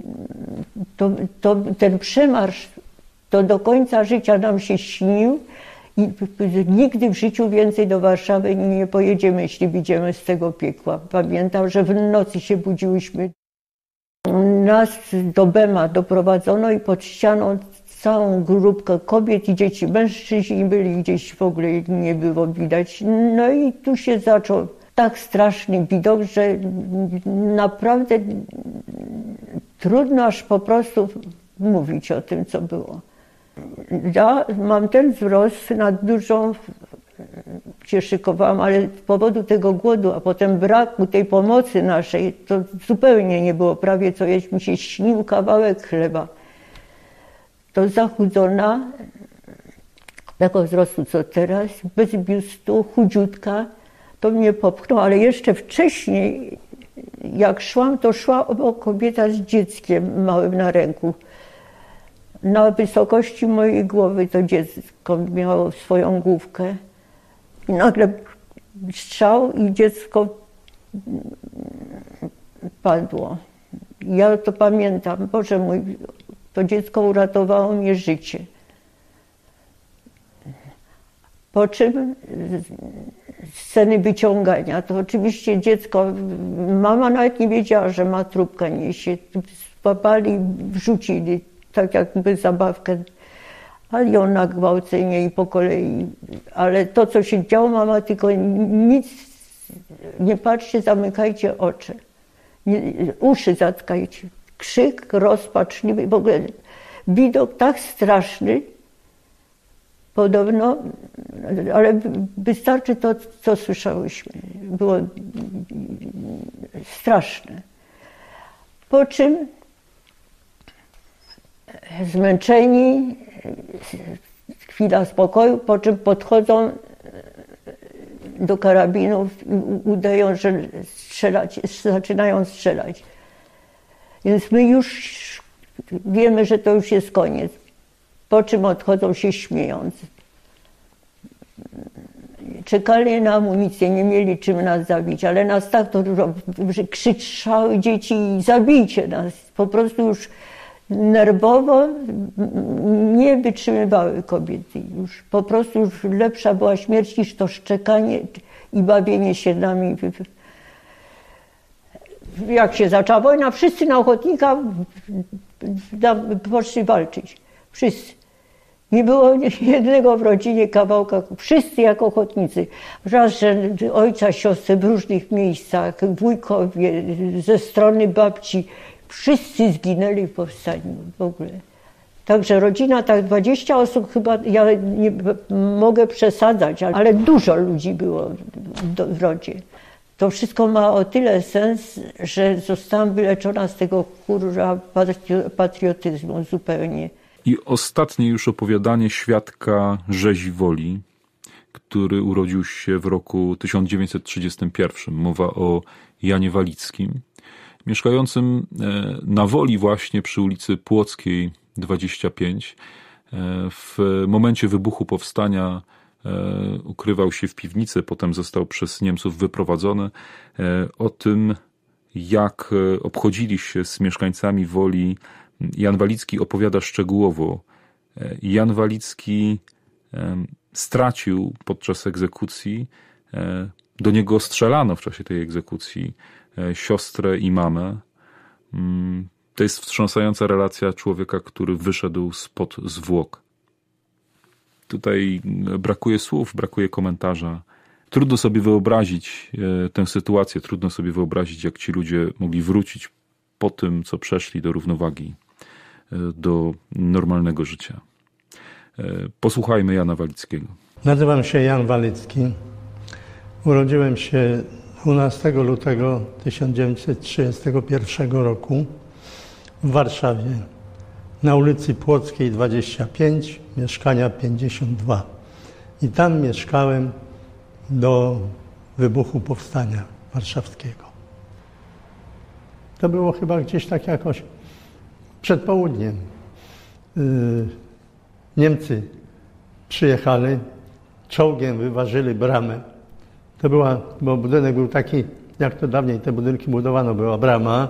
ten przemarsz to do końca życia nam się śnił i nigdy w życiu więcej do Warszawy nie pojedziemy, jeśli wyjdziemy z tego piekła. Pamiętam, że w nocy się budziłyśmy. Nas do Bema doprowadzono i pod ścianą całą grupkę kobiet i dzieci. Mężczyźni byli gdzieś, w ogóle nie było widać. No i tu się zaczął tak straszny widok, że naprawdę trudno aż po prostu mówić o tym, co było. Ja mam ten wzrost, na dużą się szykowałam, ale z powodu tego głodu, a potem braku tej pomocy naszej, to zupełnie nie było prawie co jeść. Mi się śnił kawałek chleba. To zachudzona, tego wzrostu co teraz, bez biustu, chudziutka, to mnie popchnął, ale jeszcze wcześniej, jak szłam, to szła obok kobieta z dzieckiem małym na ręku. Na wysokości mojej głowy to dziecko miało swoją główkę. I nagle strzał i dziecko padło. Ja to pamiętam. Boże mój, to dziecko uratowało mi życie. Po czym sceny wyciągania. To oczywiście dziecko, mama nawet nie wiedziała, że ma trupkę niesie. Złapali, wrzucili, tak jakby zabawkę. Ale ją na gwałcenie i po kolei. Ale to, co się działo, mama tylko nic, nie patrzcie, zamykajcie oczy. Uszy zatkajcie. Krzyk rozpaczliwy, w ogóle widok tak straszny, podobno, ale wystarczy to, co słyszałyśmy. Było straszne. Po czym zmęczeni, chwila spokoju, po czym podchodzą do karabinów i udają, że zaczynają strzelać. Więc my już wiemy, że to już jest koniec. Po czym odchodzą się śmiejąc. Czekali na amunicję, nie mieli czym nas zabić, ale nas tak to krzyczały dzieci: zabijcie nas. Po prostu już nerwowo nie wytrzymywały kobiety. Już po prostu już lepsza była śmierć niż to szczekanie i bawienie się nami. Jak się zaczęła wojna, wszyscy na ochotnika poszli walczyć. Wszyscy. Nie było jednego w rodzinie kawałka, wszyscy jak ochotnicy. Raz, że ojca, siostry w różnych miejscach, wujkowie, ze strony babci, wszyscy zginęli w powstaniu w ogóle. Także rodzina, tak 20 osób chyba, ja nie mogę przesadzać, ale dużo ludzi było w rodzie. To wszystko ma o tyle sens, że zostałam wyleczona z tego kurwa patriotyzmu zupełnie. I ostatnie już opowiadanie świadka Rzezi Woli, który urodził się w roku 1931. Mowa o Janie Walickim, mieszkającym na Woli właśnie przy ulicy Płockiej 25. W momencie wybuchu powstania ukrywał się w piwnicy, potem został przez Niemców wyprowadzony. O tym, jak obchodzili się z mieszkańcami Woli, Jan Walicki opowiada szczegółowo. Jan Walicki stracił podczas egzekucji, do niego strzelano w czasie tej egzekucji, siostrę i mamę. To jest wstrząsająca relacja człowieka, który wyszedł spod zwłok. Tutaj brakuje słów, brakuje komentarza. Trudno sobie wyobrazić tę sytuację, trudno sobie wyobrazić, jak ci ludzie mogli wrócić po tym, co przeszli, do równowagi, do normalnego życia. Posłuchajmy Jana Walickiego. Nazywam się Jan Walicki. Urodziłem się 12 lutego 1931 roku w Warszawie, na ulicy Płockiej 25, mieszkania 52. I tam mieszkałem do wybuchu Powstania Warszawskiego. To było chyba gdzieś tak jakoś przed południem. Niemcy przyjechali, czołgiem wyważyli bramę. To była, bo budynek był taki, jak to dawniej te budynki budowano, była brama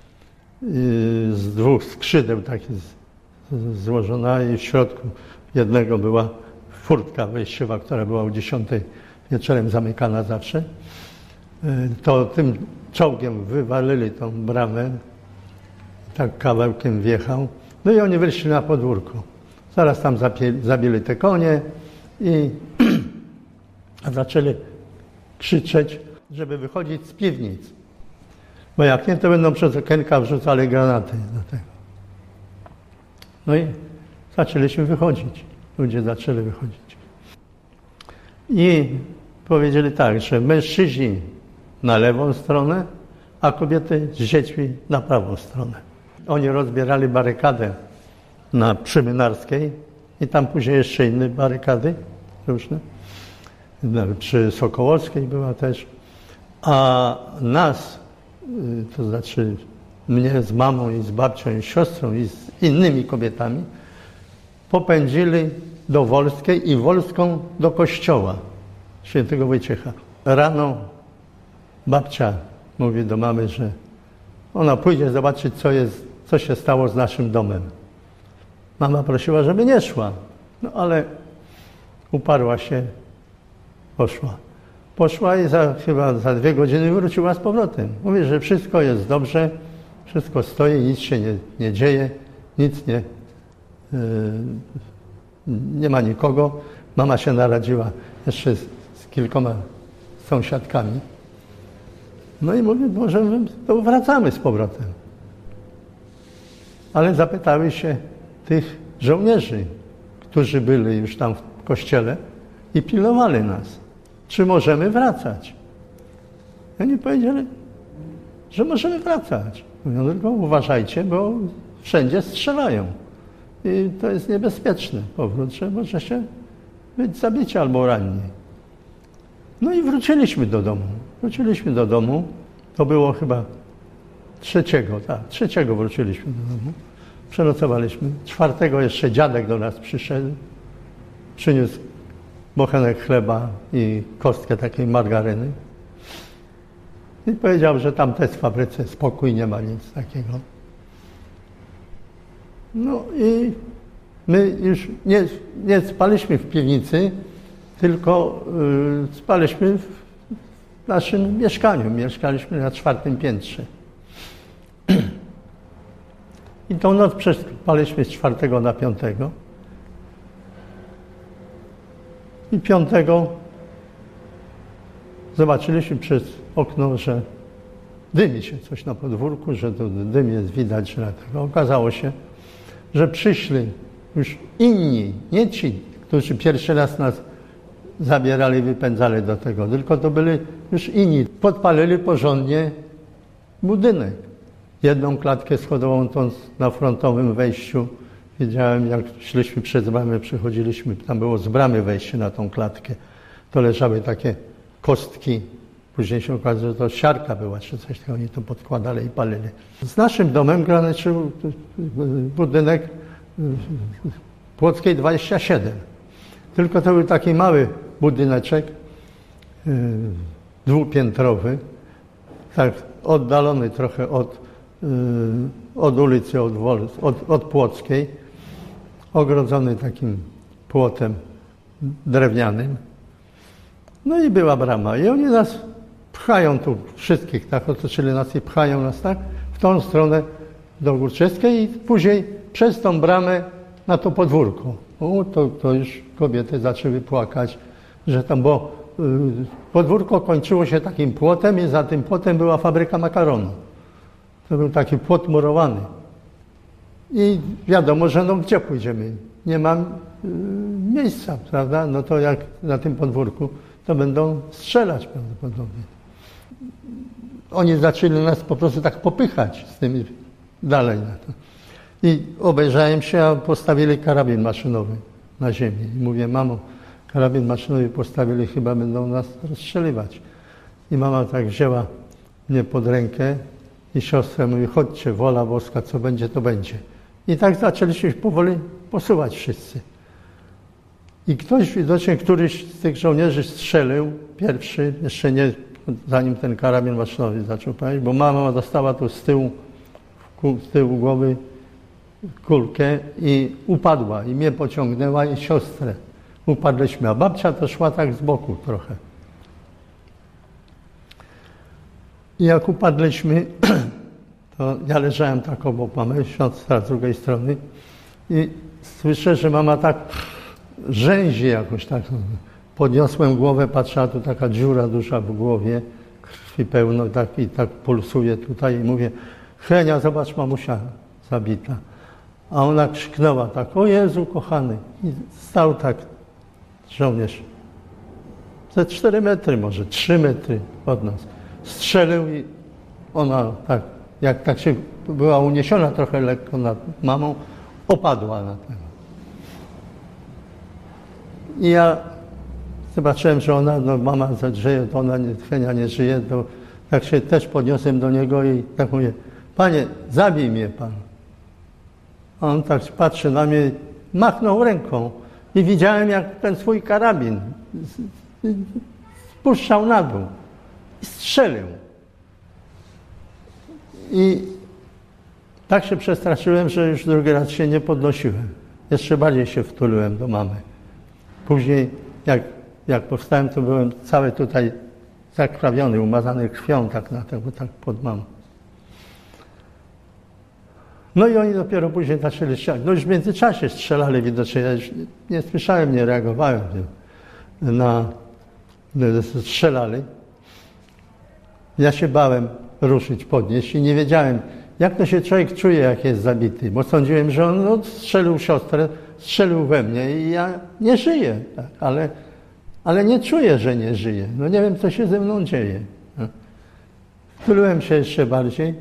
z dwóch skrzydeł takich złożona i w środku jednego była furtka wejściowa, która była o 10 wieczorem zamykana zawsze. To tym czołgiem wywalili tą bramę, tak kawałkiem wjechał. No i oni wyszli na podwórko. Zaraz tam zabili te konie i zaczęli krzyczeć: żeby wychodzić z piwnic. Bo jak nie, to będą przez okienka wrzucali granaty do tego. No i zaczęliśmy wychodzić. Ludzie zaczęli wychodzić. I powiedzieli tak, że mężczyźni na lewą stronę, a kobiety z dziećmi na prawą stronę. Oni rozbierali barykadę na Przymynarskiej i tam później jeszcze inne barykady różne. Przy Sokołowskiej była też. A nas, to znaczy mnie z mamą i z babcią i siostrą i z innymi kobietami, popędzili do Wolskiej i Wolską do kościoła Świętego Wojciecha. Rano babcia mówi do mamy, że ona pójdzie zobaczyć, co się stało z naszym domem. Mama prosiła, żeby nie szła, no ale uparła się, poszła. Poszła i chyba za 2 godziny wróciła z powrotem. Mówi, że wszystko jest dobrze, wszystko stoi, nic się nie dzieje, nic nie ma nikogo. Mama się naradziła jeszcze z kilkoma sąsiadkami. No i mówi, może to wracamy z powrotem. Ale zapytały się tych żołnierzy, którzy byli już tam w kościele i pilnowali nas, czy możemy wracać. I oni powiedzieli, że możemy wracać. Mówią, tylko uważajcie, bo wszędzie strzelają. I to jest niebezpieczny powrót, że może się być zabici albo ranni. No i wróciliśmy do domu. To było chyba 3 wróciliśmy do domu. Przenocowaliśmy. 4 jeszcze dziadek do nas przyszedł. Przyniósł bochenek chleba i kostkę takiej margaryny. I powiedział, że tam też w fabryce spokój, nie ma nic takiego. No i my już nie spaliśmy w piwnicy, tylko spaliśmy w naszym mieszkaniu. Mieszkaliśmy na 4. piętrze. I tą noc przespaliśmy z 4 na 5. I 5 zobaczyliśmy przez okno, że dymi się coś na podwórku, że to dym jest widać. Okazało się, że przyszli już inni, nie ci, którzy pierwszy raz nas zabierali, wypędzali do tego, tylko to byli już inni. Podpalili porządnie budynek. 1 klatkę schodową tą na frontowym wejściu. Widziałem, jak szliśmy przez bramę, przechodziliśmy, tam było z bramy wejście na tą klatkę. To leżały takie kostki. Później się okazało, że to siarka była, czy coś takiego, oni to podkładali i palili. Z naszym domem graniczył budynek Płockiej 27. Tylko to był taki mały budyneczek, 2-piętrowy, tak oddalony trochę od ulicy, od Płockiej, ogrodzony takim płotem drewnianym. No i była brama. I oni nas pchają tu, wszystkich, tak, otoczyli nas i pchają nas tak w tą stronę do Górczewskiej i później przez tą bramę na to podwórko. To już kobiety zaczęły płakać, że tam, bo podwórko kończyło się takim płotem i za tym płotem była fabryka makaronu. To był taki płot murowany. I wiadomo, że no gdzie pójdziemy? Nie mam miejsca, prawda? No to jak na tym podwórku, to będą strzelać prawdopodobnie. Oni zaczęli nas po prostu tak popychać z tymi dalej na to. I obejrzałem się, a postawili karabin maszynowy na ziemi. I mówię, mamo, karabin maszynowy postawili, chyba będą nas rozstrzeliwać. I mama tak wzięła mnie pod rękę i siostrę mówi, chodźcie, wola boska, co będzie, to będzie. I tak zaczęliśmy powoli posuwać wszyscy. I ktoś widocznie, któryś z tych żołnierzy strzelił, pierwszy, jeszcze nie, zanim ten karabin maszynowy zaczął palić, bo mama dostała tu z tyłu głowy kulkę i upadła. I mnie pociągnęła i siostrę. Upadliśmy, a babcia to szła tak z boku trochę. I jak upadliśmy, to ja leżałem tak obok mamy, siostra z drugiej strony i słyszę, że mama tak rzęzi jakoś tak. Podniosłem głowę, patrzyła, tu taka dziura duża w głowie, krwi pełno i tak pulsuje tutaj i mówię: Henia, zobacz, mamusia zabita. A ona krzyknęła tak: o Jezu kochany. I stał tak żołnierz ze 4 metry, może 3 metry od nas. Strzelił i ona tak, jak tak się była uniesiona trochę lekko nad mamą, opadła na tego. I ja zobaczyłem, że ona, no mama żyje, to ona Henia nie żyje, to tak się też podniosłem do niego i tak mówię: Panie, zabij mnie Pan. A on tak patrzy na mnie, machnął ręką i widziałem, jak ten swój karabin spuszczał na dół i strzelił. I tak się przestraszyłem, że już drugi raz się nie podnosiłem. Jeszcze bardziej się wtuliłem do mamy. Później, jak powstałem, to byłem cały tutaj zakrawiony, umazany krwią, tak na tego, tak pod mamą. No i oni dopiero później zaczęli strzelać. No już w międzyczasie strzelali widocznie. Ja już nie słyszałem, nie reagowałem strzelali. Ja się bałem ruszyć, podnieść i nie wiedziałem, jak to się człowiek czuje, jak jest zabity. Bo sądziłem, że on strzelił siostrę, strzelił we mnie i ja nie żyję. Tak, ale nie czuję, że nie żyję. No nie wiem, co się ze mną dzieje. Wtuliłem się jeszcze bardziej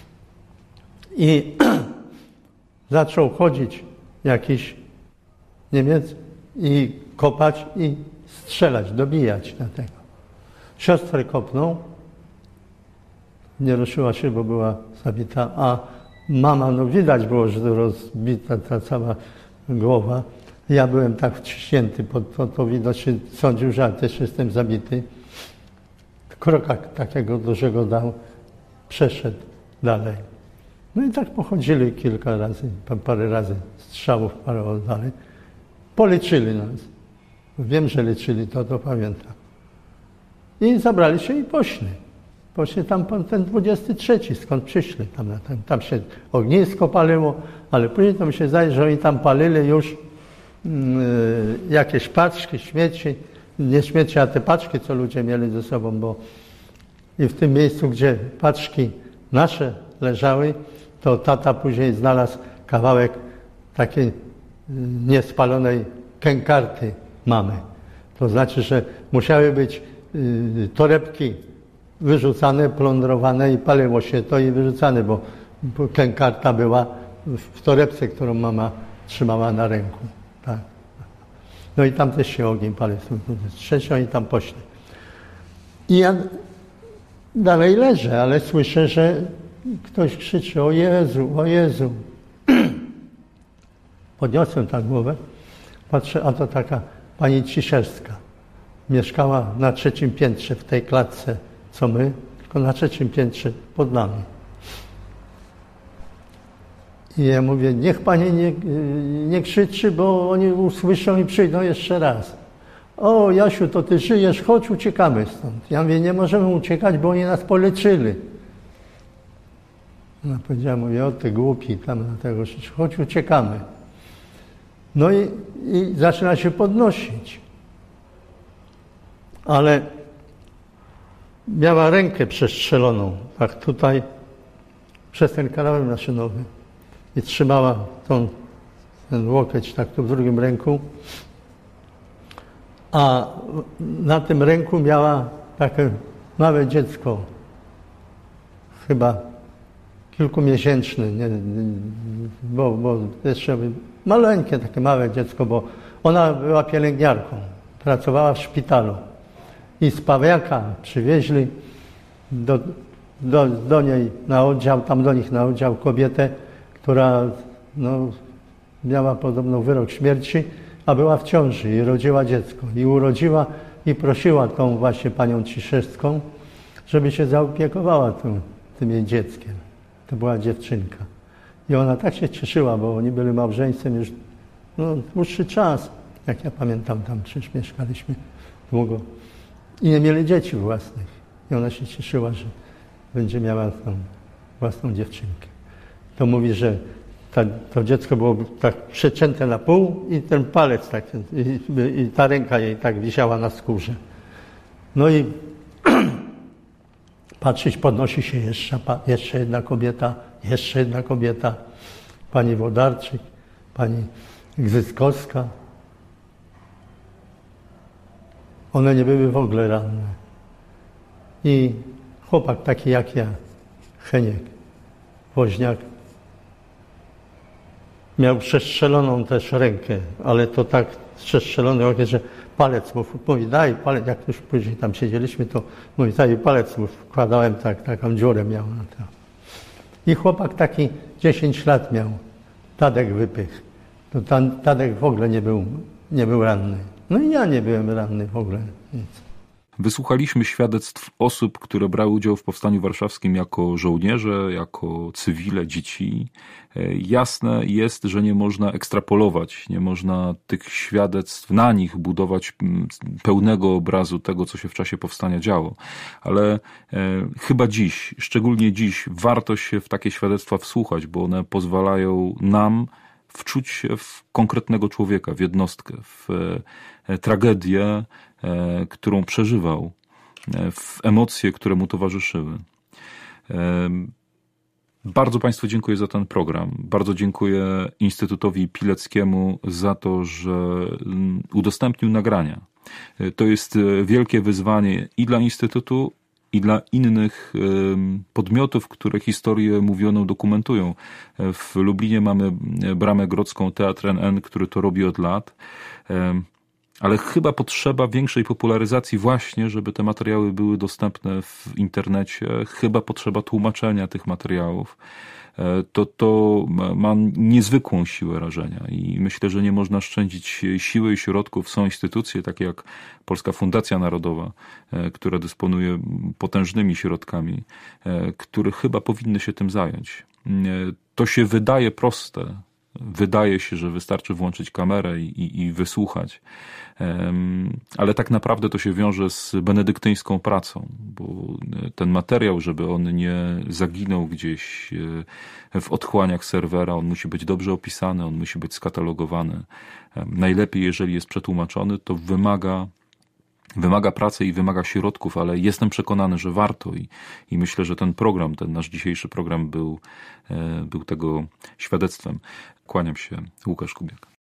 i zaczął chodzić jakiś Niemiec i kopać i strzelać, dobijać na tego. Siostrę kopnął, nie ruszyła się, bo była zabita, a mama, no widać było, że rozbita ta cała głowa. Ja byłem tak wciśnięty, to widocznie sądził, że ja też jestem zabity. Kroka takiego dużego dał, przeszedł dalej. No i tak pochodzili kilka razy, parę razy strzałów, parę oddali. Policzyli nas. Wiem, że liczyli, to pamiętam. I zabrali się i poszli. Poszli tam ten 23, skąd przyszli. Tam się ognisko paliło, ale później to mi się zdaje, że oni tam palili już jakieś paczki, śmieci. Nie śmieci, a te paczki, co ludzie mieli ze sobą, bo i w tym miejscu, gdzie paczki nasze leżały, to tata później znalazł kawałek takiej niespalonej kękarty mamy. To znaczy, że musiały być torebki wyrzucane, plądrowane i paliło się to i wyrzucane, bo kękarta była w torebce, którą mama trzymała na ręku. Tak. No i tam też się ogień palił. Trzeci oni tam poszli. I ja dalej leżę, ale słyszę, że ktoś krzyczy: o Jezu, o Jezu. Podniosłem tak głowę, patrzę, a to taka pani Ciszewska. Mieszkała na 3. piętrze w tej klatce, co my, tylko na 3. piętrze pod nami. I ja mówię: niech pani nie krzyczy, bo oni usłyszą i przyjdą jeszcze raz. O Jasiu, to ty żyjesz, chodź, uciekamy stąd. Ja mówię: nie możemy uciekać, bo oni nas poleczyli. Ona powiedziała: mówię: o ty głupi, tam na tego krzyczy, chodź, uciekamy. No i zaczyna się podnosić. Ale miała rękę przestrzeloną, tak tutaj, przez ten karabin maszynowy. I trzymała ten łokieć tak tu w drugim ręku. A na tym ręku miała takie małe dziecko, chyba kilkumiesięczne, bo jeszcze maleńkie, takie małe dziecko, bo ona była pielęgniarką, pracowała w szpitalu. I z Pawiaka przywieźli do niej na oddział, tam do nich na oddział kobietę, która miała podobno wyrok śmierci, a była w ciąży i rodziła dziecko. I urodziła i prosiła tą właśnie panią Ciszewską, żeby się zaopiekowała tym jej dzieckiem. To była dziewczynka. I ona tak się cieszyła, bo oni byli małżeństwem już dłuższy czas. Jak ja pamiętam, tam przecież mieszkaliśmy długo. I nie mieli dzieci własnych. I ona się cieszyła, że będzie miała tą własną dziewczynkę. To mówi, że to dziecko było tak przecięte na pół i ten palec tak, i ta ręka jej tak wisiała na skórze. No i patrzeć, podnosi się jeszcze jedna kobieta, pani Włodarczyk, pani Gzyskowska. One nie były w ogóle ranne. I chłopak taki jak ja, Heniek, Woźniak, miał przestrzeloną też rękę, ale to tak przestrzelony okres, że palec mu, mówi daj palec, jak już później tam siedzieliśmy, to mówi daj palec mu wkładałem, taką dziurę miał. I chłopak taki 10 lat miał, Tadek Wypych. To Tadek w ogóle nie był ranny. No i ja nie byłem ranny w ogóle. Nic. Wysłuchaliśmy świadectw osób, które brały udział w Powstaniu Warszawskim jako żołnierze, jako cywile, dzieci. Jasne jest, że nie można ekstrapolować, nie można tych świadectw, na nich budować pełnego obrazu tego, co się w czasie powstania działo. Ale chyba dziś, szczególnie dziś, warto się w takie świadectwa wsłuchać, bo one pozwalają nam wczuć się w konkretnego człowieka, w jednostkę, w tragedię, którą przeżywał, w emocje, które mu towarzyszyły. Bardzo Państwu dziękuję za ten program. Bardzo dziękuję Instytutowi Pileckiemu za to, że udostępnił nagrania. To jest wielkie wyzwanie i dla Instytutu, i dla innych podmiotów, które historię mówioną dokumentują. W Lublinie mamy Bramę Grodzką, Teatr NN, który to robi od lat. Ale chyba potrzeba większej popularyzacji właśnie, żeby te materiały były dostępne w internecie. Chyba potrzeba tłumaczenia tych materiałów. To ma niezwykłą siłę rażenia i myślę, że nie można szczędzić siły i środków. Są instytucje takie jak Polska Fundacja Narodowa, która dysponuje potężnymi środkami, które chyba powinny się tym zająć. To się wydaje proste. Wydaje się, że wystarczy włączyć kamerę i wysłuchać. Ale tak naprawdę to się wiąże z benedyktyńską pracą, bo ten materiał, żeby on nie zaginął gdzieś w otchłaniach serwera, on musi być dobrze opisany, on musi być skatalogowany. Najlepiej, jeżeli jest przetłumaczony, to wymaga pracy i wymaga środków, ale jestem przekonany, że warto i myślę, że ten program, ten nasz dzisiejszy program był tego świadectwem. Kłaniam się, Łukasz Kubiak.